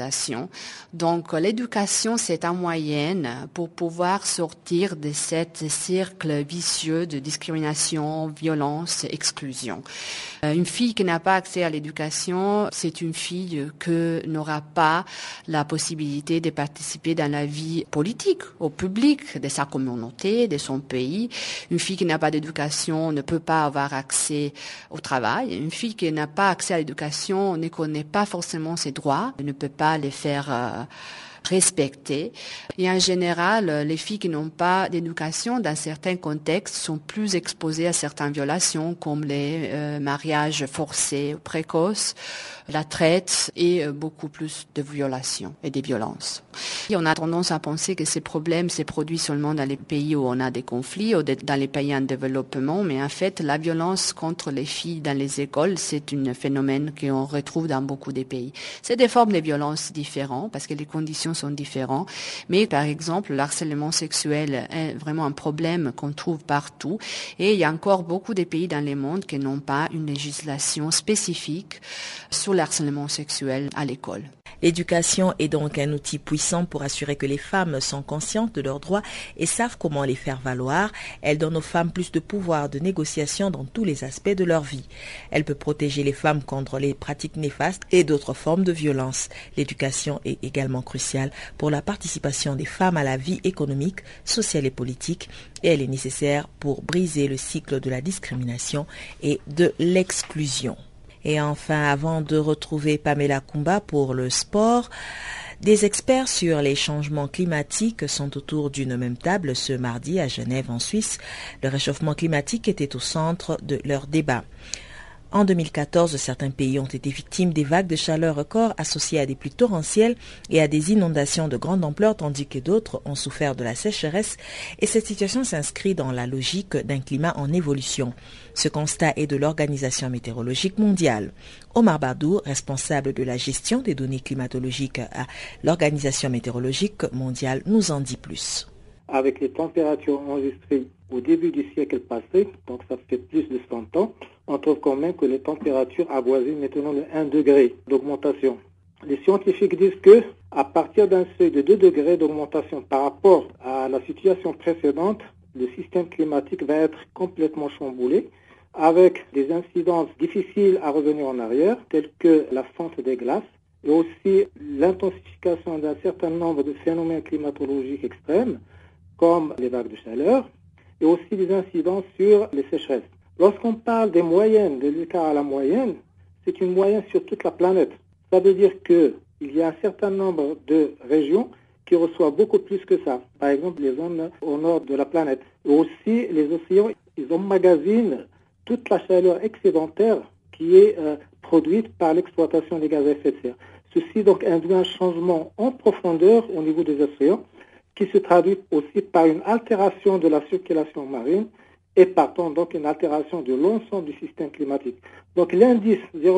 l'éducation. Donc l'éducation, c'est un moyen pour pouvoir sortir de cet cercle vicieux de discrimination, violence, exclusion. Une fille qui n'a pas accès à l'éducation, c'est une fille qui n'aura pas la possibilité de participer dans la vie politique, au public, de sa communauté, de son pays. Une fille qui n'a pas d'éducation ne peut pas avoir accès au travail. Une fille qui n'a pas accès à l'éducation ne connaît pas forcément ses droits, ne peut pas les faire respecter. Et en général, les filles qui n'ont pas d'éducation, dans certains contextes, sont plus exposées à certaines violations, comme les mariages forcés précoces, la traite et beaucoup plus de violations et des violences. Et on a tendance à penser que ces problèmes se produisent seulement dans les pays où on a des conflits ou dans les pays en développement, mais en fait, la violence contre les filles dans les écoles, c'est un phénomène qu'on retrouve dans beaucoup de pays. C'est des formes de violence différentes parce que les conditions sont différentes, mais par exemple, le harcèlement sexuel est vraiment un problème qu'on trouve partout et il y a encore beaucoup de pays dans le monde qui n'ont pas une législation spécifique sur le harcèlement sexuel à l'école. L'éducation est donc un outil puissant pour assurer que les femmes sont conscientes de leurs droits et savent comment les faire valoir. Elle donne aux femmes plus de pouvoir de négociation dans tous les aspects de leur vie. Elle peut protéger les femmes contre les pratiques néfastes et d'autres formes de violence. L'éducation est également cruciale pour la participation des femmes à la vie économique, sociale et politique et elle est nécessaire pour briser le cycle de la discrimination et de l'exclusion. Et enfin, avant de retrouver Pamela Kumba pour le sport, des experts sur les changements climatiques sont autour d'une même table ce mardi à Genève en Suisse. Le réchauffement climatique était au centre de leur débat. En 2014, certains pays ont été victimes des vagues de chaleur records associées à des pluies torrentielles et à des inondations de grande ampleur, tandis que d'autres ont souffert de la sécheresse. Et cette situation s'inscrit dans la logique d'un climat en évolution. Ce constat est de l'Organisation météorologique mondiale. Omar Bardou, responsable de la gestion des données climatologiques à l'Organisation météorologique mondiale, nous en dit plus. Avec les températures enregistrées au début du siècle passé, donc ça fait plus de 100 ans, on trouve quand même que les températures avoisinent maintenant le 1 degré d'augmentation. Les scientifiques disent que à partir d'un seuil de 2 degrés d'augmentation par rapport à la situation précédente, le système climatique va être complètement chamboulé, avec des incidences difficiles à revenir en arrière, telles que la fonte des glaces, et aussi l'intensification d'un certain nombre de phénomènes climatologiques extrêmes, comme les vagues de chaleur, et aussi des incidences sur les sécheresses. Lorsqu'on parle des moyennes, de l'écart à la moyenne, c'est une moyenne sur toute la planète. Ça veut dire qu'il y a un certain nombre de régions qui reçoivent beaucoup plus que ça. Par exemple, les zones au nord de la planète. Et aussi, les océans, ils emmagasinent toute la chaleur excédentaire qui est produite par l'exploitation des gaz à effet de serre. Ceci donc induit un changement en profondeur au niveau des océans qui se traduit aussi par une altération de la circulation marine et partant donc une altération de l'ensemble du système climatique. Donc l'indice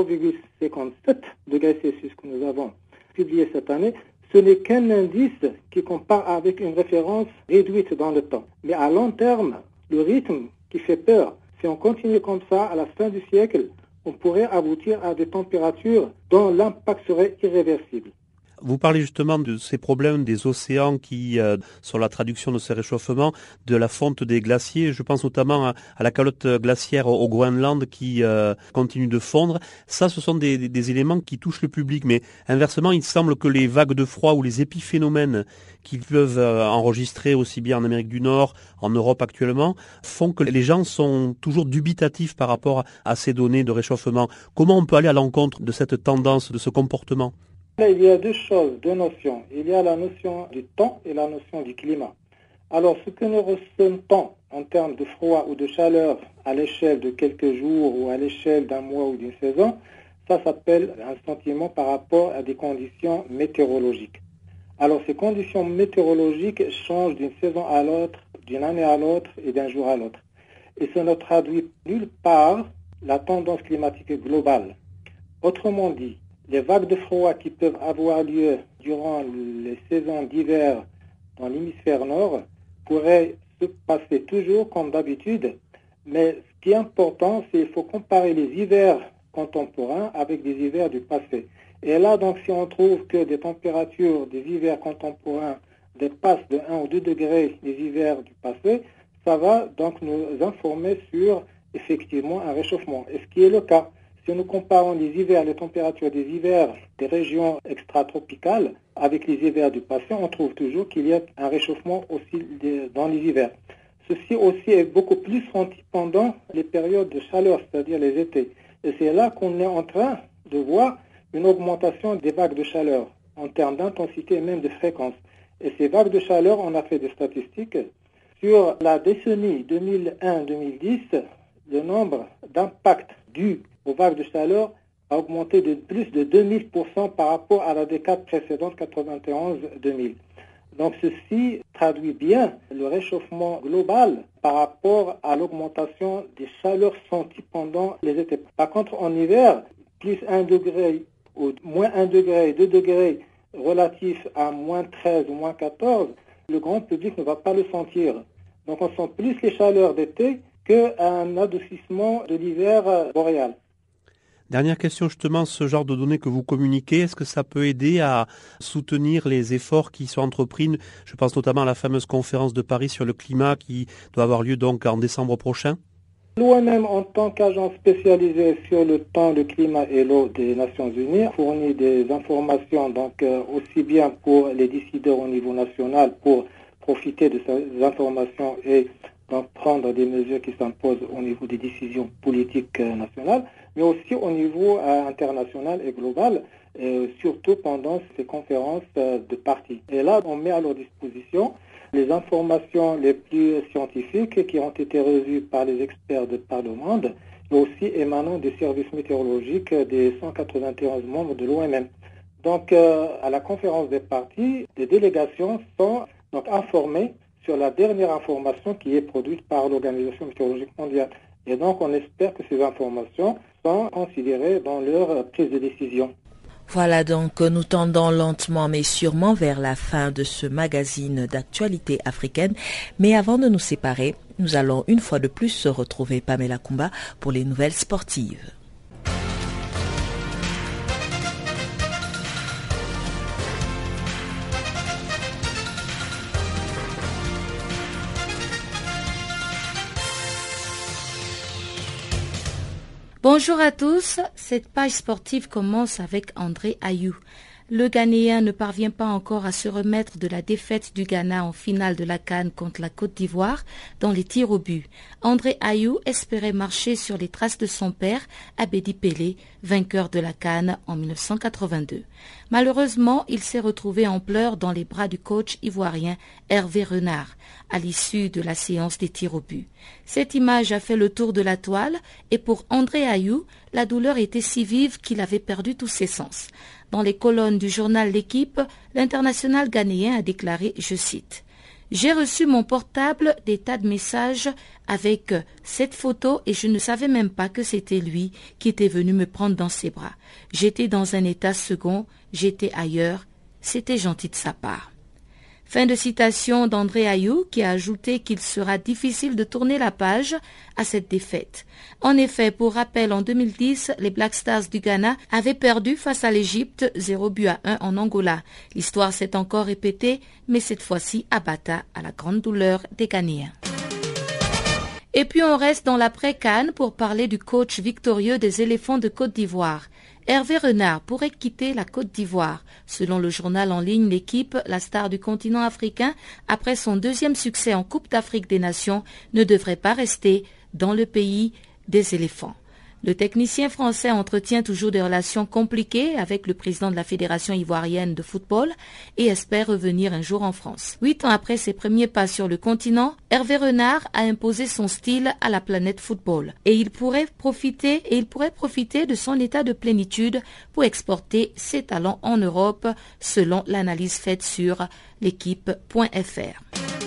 0,57 degrés Celsius que nous avons publié cette année, ce n'est qu'un indice qui compare avec une référence réduite dans le temps. Mais à long terme, le rythme qui fait peur, si on continue comme ça à la fin du siècle, on pourrait aboutir à des températures dont l'impact serait irréversible. Vous parlez justement de ces problèmes des océans qui sont la traduction de ces réchauffements, de la fonte des glaciers. Je pense notamment à la calotte glaciaire au Groenland qui continue de fondre. Ça, ce sont des éléments qui touchent le public. Mais inversement, il semble que les vagues de froid ou les épiphénomènes qu'ils peuvent enregistrer aussi bien en Amérique du Nord, en Europe actuellement, font que les gens sont toujours dubitatifs par rapport à ces données de réchauffement. Comment on peut aller à l'encontre de cette tendance, de ce comportement ? Il y a deux choses, deux notions. Il y a la notion du temps et la notion du climat. Alors, ce que nous ressentons en termes de froid ou de chaleur à l'échelle de quelques jours ou à l'échelle d'un mois ou d'une saison, ça s'appelle un sentiment par rapport à des conditions météorologiques. Alors, ces conditions météorologiques changent d'une saison à l'autre, d'une année à l'autre et d'un jour à l'autre. Et ça ne traduit nulle part la tendance climatique globale. Autrement dit, les vagues de froid qui peuvent avoir lieu durant les saisons d'hiver dans l'hémisphère nord pourraient se passer toujours comme d'habitude, mais ce qui est important, c'est qu'il faut comparer les hivers contemporains avec des hivers du passé. Et là, donc, si on trouve que des températures des hivers contemporains dépassent de 1 ou 2 degrés des hivers du passé, ça va donc nous informer sur effectivement un réchauffement. Et ce qui est le cas, si nous comparons les températures des hivers des régions extratropicales avec les hivers du passé, on trouve toujours qu'il y a un réchauffement aussi dans les hivers. Ceci aussi est beaucoup plus senti pendant les périodes de chaleur, c'est-à-dire les étés. Et c'est là qu'on est en train de voir une augmentation des vagues de chaleur en termes d'intensité et même de fréquence. Et ces vagues de chaleur, on a fait des statistiques. Sur la décennie 2001-2010, le nombre d'impacts dus aux vagues de chaleur a augmenté de plus de 2000% par rapport à la décade précédente, 91-2000. Donc ceci traduit bien le réchauffement global par rapport à l'augmentation des chaleurs senties pendant les étés. Par contre, en hiver, plus 1 degré ou moins 1 degré, 2 degrés relatifs à moins 13 ou moins 14, le grand public ne va pas le sentir. Donc on sent plus les chaleurs d'été qu'un adoucissement de l'hiver boréal. Dernière question, justement, ce genre de données que vous communiquez, est-ce que ça peut aider à soutenir les efforts qui sont entrepris? Je pense notamment à la fameuse conférence de Paris sur le climat qui doit avoir lieu donc en décembre prochain. L'OMM, en tant qu'agence spécialisée sur le temps, le climat et l'eau des Nations Unies, fournit des informations donc aussi bien pour les décideurs au niveau national pour profiter de ces informations et donc prendre des mesures qui s'imposent au niveau des décisions politiques nationales, mais aussi au niveau international et global, surtout pendant ces conférences de parties. Et là, on met à leur disposition les informations les plus scientifiques qui ont été revues par les experts de par le monde, mais aussi émanant des services météorologiques des 191 membres de l'OMM. Donc, à la conférence des parties, les délégations sont donc informées sur la dernière information qui est produite par l'Organisation météorologique mondiale. Et donc, on espère que ces informations sont considérées dans leur prise de décision. Voilà donc, nous tendons lentement mais sûrement vers la fin de ce magazine d'actualité africaine. Mais avant de nous séparer, nous allons une fois de plus se retrouver Pamela Kumba pour les nouvelles sportives. Bonjour à tous, cette page sportive commence avec André Ayew. Le Ghanéen ne parvient pas encore à se remettre de la défaite du Ghana en finale de la CAN contre la Côte d'Ivoire dans les tirs au but. André Ayew espérait marcher sur les traces de son père, Abedi Pelé, vainqueur de la CAN en 1982. Malheureusement, il s'est retrouvé en pleurs dans les bras du coach ivoirien Hervé Renard à l'issue de la séance des tirs au but. Cette image a fait le tour de la toile et pour André Ayew, la douleur était si vive qu'il avait perdu tous ses sens. Dans les colonnes du journal L'Équipe, l'international ghanéen a déclaré, je cite, « J'ai reçu mon portable des tas de messages avec cette photo et je ne savais même pas que c'était lui qui était venu me prendre dans ses bras. J'étais dans un état second, j'étais ailleurs, c'était gentil de sa part. » Fin de citation d'André Ayew qui a ajouté qu'il sera difficile de tourner la page à cette défaite. En effet, pour rappel, en 2010, les Black Stars du Ghana avaient perdu face à l'Égypte 0-1 en Angola. L'histoire s'est encore répétée, mais cette fois-ci à Bata, à la grande douleur des Ghanéens. Et puis on reste dans l'après-CAN pour parler du coach victorieux des éléphants de Côte d'Ivoire. Hervé Renard pourrait quitter la Côte d'Ivoire. Selon le journal en ligne L'Équipe, la star du continent africain, après son deuxième succès en Coupe d'Afrique des Nations, ne devrait pas rester dans le pays des éléphants. Le technicien français entretient toujours des relations compliquées avec le président de la Fédération ivoirienne de football et espère revenir un jour en France. 8 ans après ses premiers pas sur le continent, Hervé Renard a imposé son style à la planète football et il pourrait profiter de son état de plénitude pour exporter ses talents en Europe, selon l'analyse faite sur l'équipe.fr.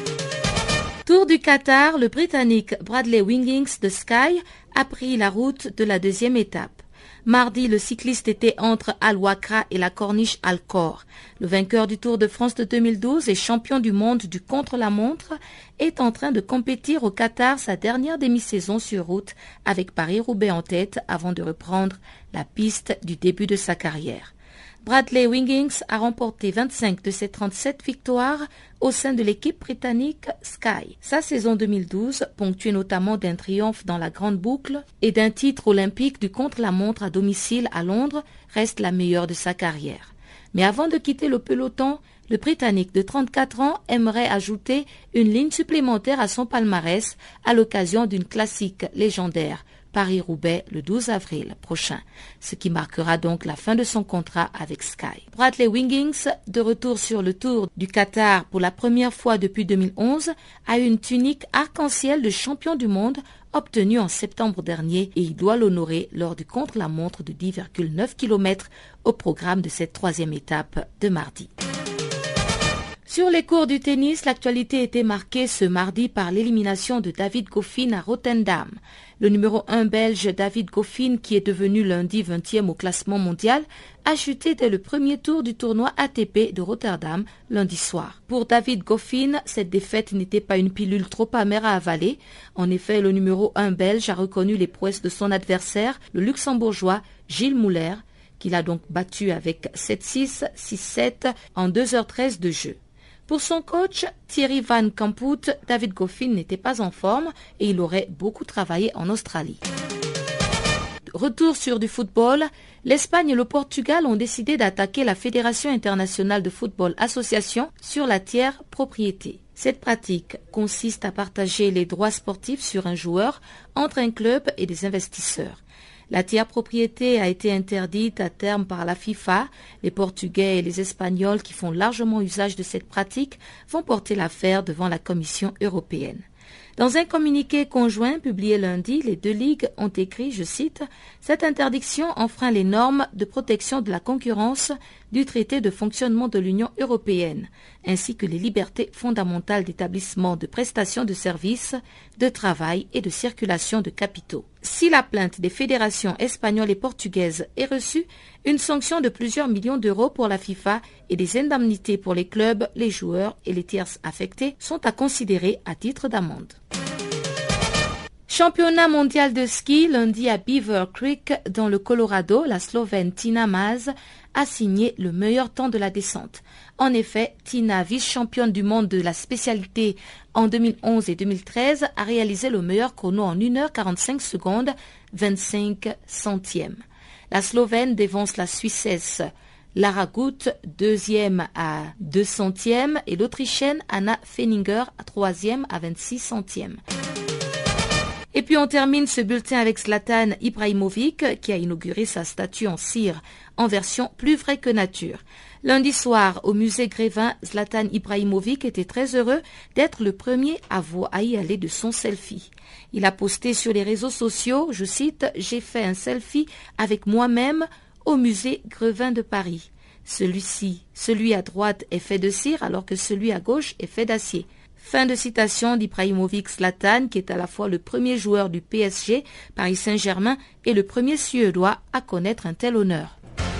Tour du Qatar, le Britannique Bradley Wiggins de Sky a pris la route de la deuxième étape. Mardi, le cycliste était entre Al-Wakra et la corniche Al-Khor. Le vainqueur du Tour de France de 2012 et champion du monde du contre-la-montre est en train de compétir au Qatar sa dernière demi-saison sur route avec Paris-Roubaix en tête avant de reprendre la piste du début de sa carrière. Bradley Wiggins a remporté 25 de ses 37 victoires au sein de l'équipe britannique Sky. Sa saison 2012, ponctuée notamment d'un triomphe dans la Grande Boucle et d'un titre olympique du contre-la-montre à domicile à Londres, reste la meilleure de sa carrière. Mais avant de quitter le peloton, le Britannique de 34 ans aimerait ajouter une ligne supplémentaire à son palmarès à l'occasion d'une classique légendaire, Paris-Roubaix le 12 avril prochain, ce qui marquera donc la fin de son contrat avec Sky. Bradley Wiggins, de retour sur le Tour du Qatar pour la première fois depuis 2011, a une tunique arc-en-ciel de champion du monde obtenue en septembre dernier et il doit l'honorer lors du contre-la-montre de 10,9 km au programme de cette troisième étape de mardi. Sur les cours du tennis, l'actualité était marquée ce mardi par l'élimination de David Goffin à Rotterdam. Le numéro 1 belge David Goffin, qui est devenu lundi 20e au classement mondial, a chuté dès le premier tour du tournoi ATP de Rotterdam lundi soir. Pour David Goffin, cette défaite n'était pas une pilule trop amère à avaler. En effet, le numéro 1 belge a reconnu les prouesses de son adversaire, le luxembourgeois Gilles Muller, qu'il a donc battu avec 7-6, 6-7 en 2h13 de jeu. Pour son coach, Thierry Van Kampoet, David Goffin n'était pas en forme et il aurait beaucoup travaillé en Australie. Retour sur du football, l'Espagne et le Portugal ont décidé d'attaquer la Fédération internationale de football association sur la tiers propriété. Cette pratique consiste à partager les droits sportifs sur un joueur entre un club et des investisseurs. La tiers-propriété a été interdite à terme par la FIFA. Les Portugais et les Espagnols qui font largement usage de cette pratique vont porter l'affaire devant la Commission européenne. Dans un communiqué conjoint publié lundi, les deux ligues ont écrit, je cite, « Cette interdiction enfreint les normes de protection de la concurrence du traité de fonctionnement de l'Union européenne, ainsi que les libertés fondamentales d'établissement, de prestation de services, de travail et de circulation de capitaux. » Si la plainte des fédérations espagnoles et portugaises est reçue, une sanction de plusieurs millions d'euros pour la FIFA et des indemnités pour les clubs, les joueurs et les tierces affectés sont à considérer à titre d'amende. Championnat mondial de ski, lundi à Beaver Creek, dans le Colorado, la Slovène Tina Maze a signé le meilleur temps de la descente. En effet, Tina, vice-championne du monde de la spécialité en 2011 et 2013, a réalisé le meilleur chrono en 1h45 secondes, 25 centièmes. La Slovène dévance la Suissesse Lara Gut, deuxième à 2 centièmes, et l'Autrichienne Anna Feininger, troisième à 26 centièmes. Et puis on termine ce bulletin avec Zlatan Ibrahimovic qui a inauguré sa statue en cire en version plus vraie que nature. Lundi soir, au musée Grévin, Zlatan Ibrahimovic était très heureux d'être le premier à y aller de son selfie. Il a posté sur les réseaux sociaux, je cite, « J'ai fait un selfie avec moi-même au musée Grévin de Paris. Celui à droite est fait de cire alors que celui à gauche est fait d'acier. » Fin de citation d'Ibrahimovic Zlatan, qui est à la fois le premier joueur du PSG, Paris Saint-Germain, et le premier Suédois à connaître un tel honneur.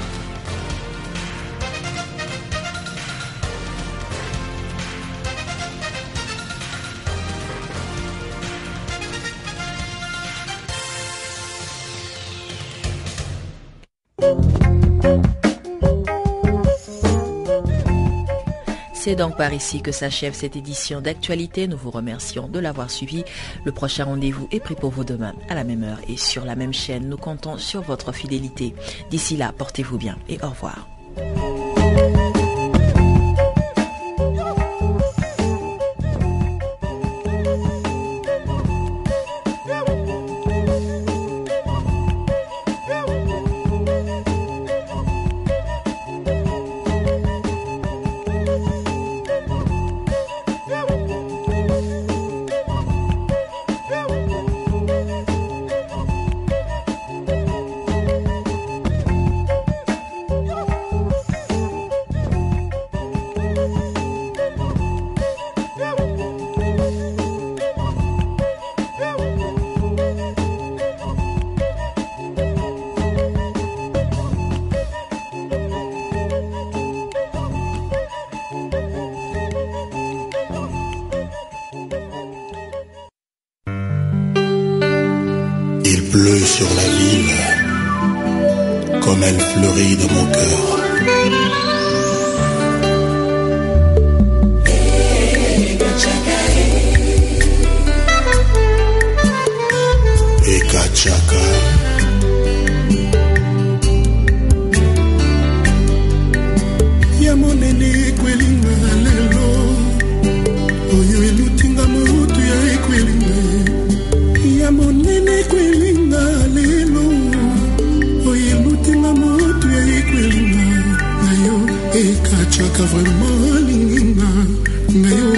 C'est donc par ici que s'achève cette édition d'actualité. Nous vous remercions de l'avoir suivi. Le prochain rendez-vous est pris pour vous demain à la même heure et sur la même chaîne. Nous comptons sur votre fidélité. D'ici là, portez-vous bien et au revoir. Il pleut sur la ville comme elle fleurit dans mon cœur. ekwelinga lelo oyo elutinga motu ya ekwelinga ya monene ekwelinga lelo oyo elutinga motu ya ekwelinga nayo ekachaka vraiment linginga nayo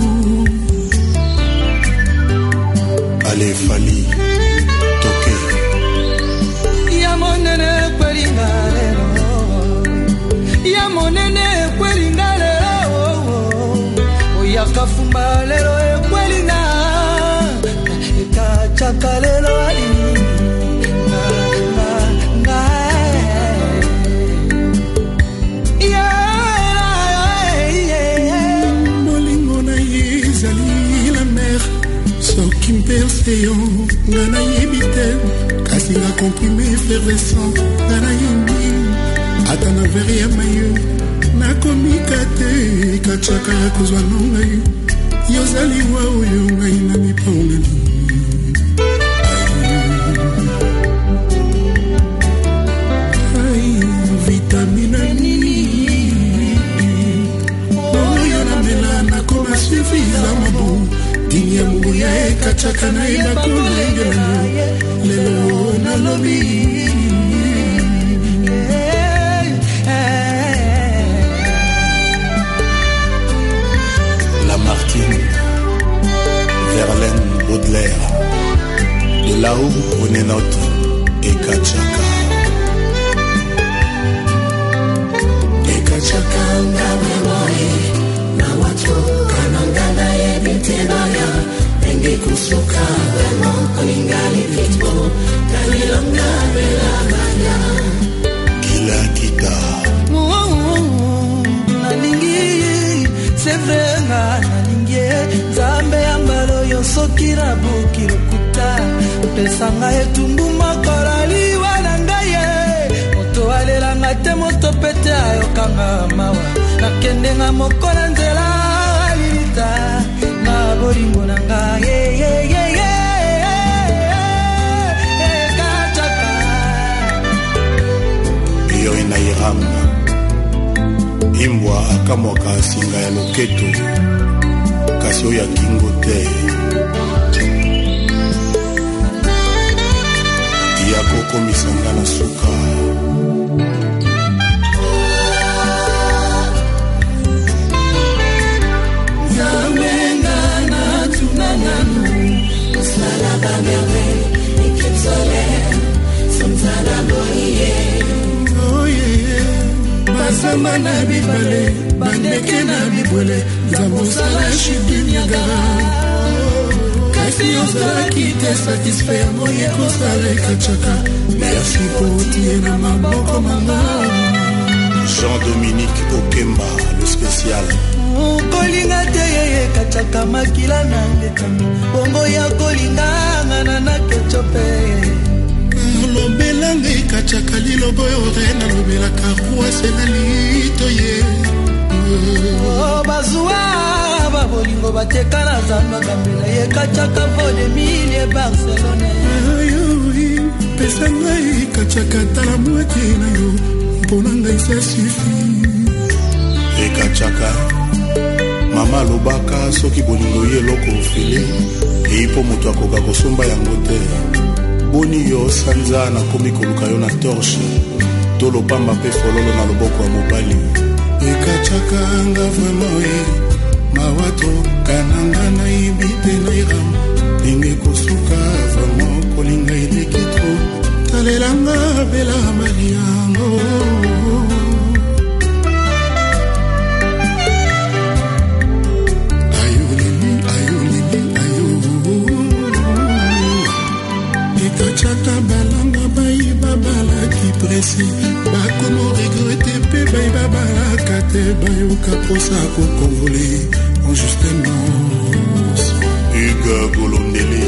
ale fali toke ya monene ekwelinga lelo ya monene ekwelinga lelo oya kafumba lelo ekwelinga ekachaka lelo ali Perséo, ngana yebite, kasi nga comprimé effervescent, ngana yembi, ata na veri ya mayo, na komikate, kachaka kozwa nonga yo, yozali wa oyo ngai na mipongeli. Ai, vitamina nini, oyo na mela na koma suffisamment bon. Dinya mungu ya ekachaka na ina kulengela lelo na lobi Lamartine, Verlaine, Baudelaire, de là-haut prenez note ekachaka ekachaka ngabewae na watu kanangana ebitenaya enge kusuka vemo kolingali fitmo kalilonga bela baya kila kita nalingi c'est vrai nalingi zambe ambalo yosokira bukirukuta pesanga etumbu makorali wanangaye moto alelanga te moto pete ayokanga mawa nakendenga mokola nzela alita na bolingo nanga kachaka iyo inairam imbwa akamwaka singa ya loketo kasi oyo akingo te yakokomisanga na suka basamba na bibale bandeke na bibwele zamosala chute Niagara kasi ozalaki te satisfaire moye kosala ekachaka merci po tie na maboko manga Jean-Dominique Okemba le spécial kolinga te yeye kachaka makila na ngetami bongo ya kolinganga na kechope lobelanga ekachaka lilobo ore na lobelaka kuase na lito ye bazuwa babolingo bateka na zamba kambela ye kachaka vole milie Barcelone pesa ngai kachaka tala mwaki na yo mpona ngai sa sufi ekachaka mama lobaka soki bolingo ye eloko ofele eipo moto akoka kosomba yango te boni yo sanza na komi koluka yo na torche to lopamba pe fololo na loboko ya mobali ekachaka nga vraiment mawato kananga na ibite na iram ndenge kosuka vraiment kolinga eleki tro talelanga bela maliango ekachaka balanga bayiba balaki presi bakomo regrete mpe bayiba balaka te bayoka posa kokonvole en justemos Hugues Golondele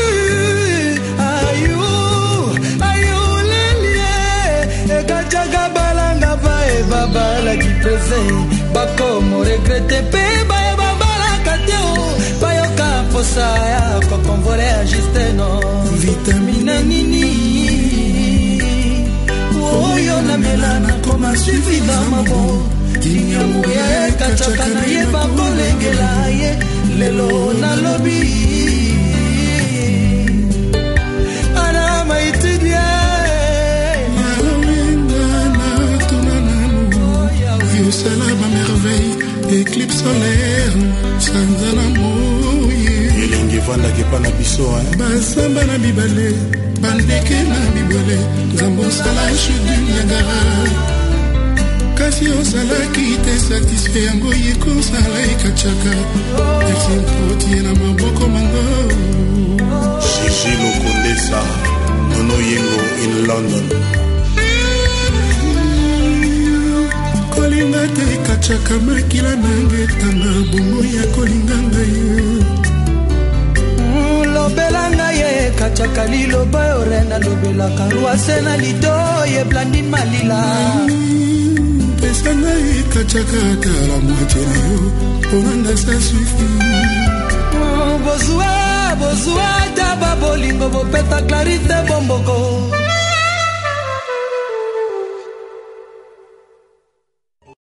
ekachaka balanga bayiba balaki presi bakomo regrete mpe bayiba balaka te bayoka posa ya kokonvole en justemos vitamina nini oyo na melana koma suffisamment bon tinyango ya kachaka na ye bakolengela ye lelo na lobi ana maitidie yosala bamerveille éclipse solaire sanza na moye elenge evandaki epa na biso basamba na bibale bandeke na bibwele nzambe osala chute du Niagara kasi osalaki te satisfait yango ye kosala ekachaka merci mpotie na maboko mango Gigi Lokondesa Nono Yengo in London kolinga te ekachaka makila nange tanga bongo ya kolinga ngai lobelanga ye kachaka liloba orena lobelaka ruase na lido ye blandine malila pesanga ye kachaka ata la moitié na yo ponanda ça suffit bozua taba bolingo bopeta clarité bomboko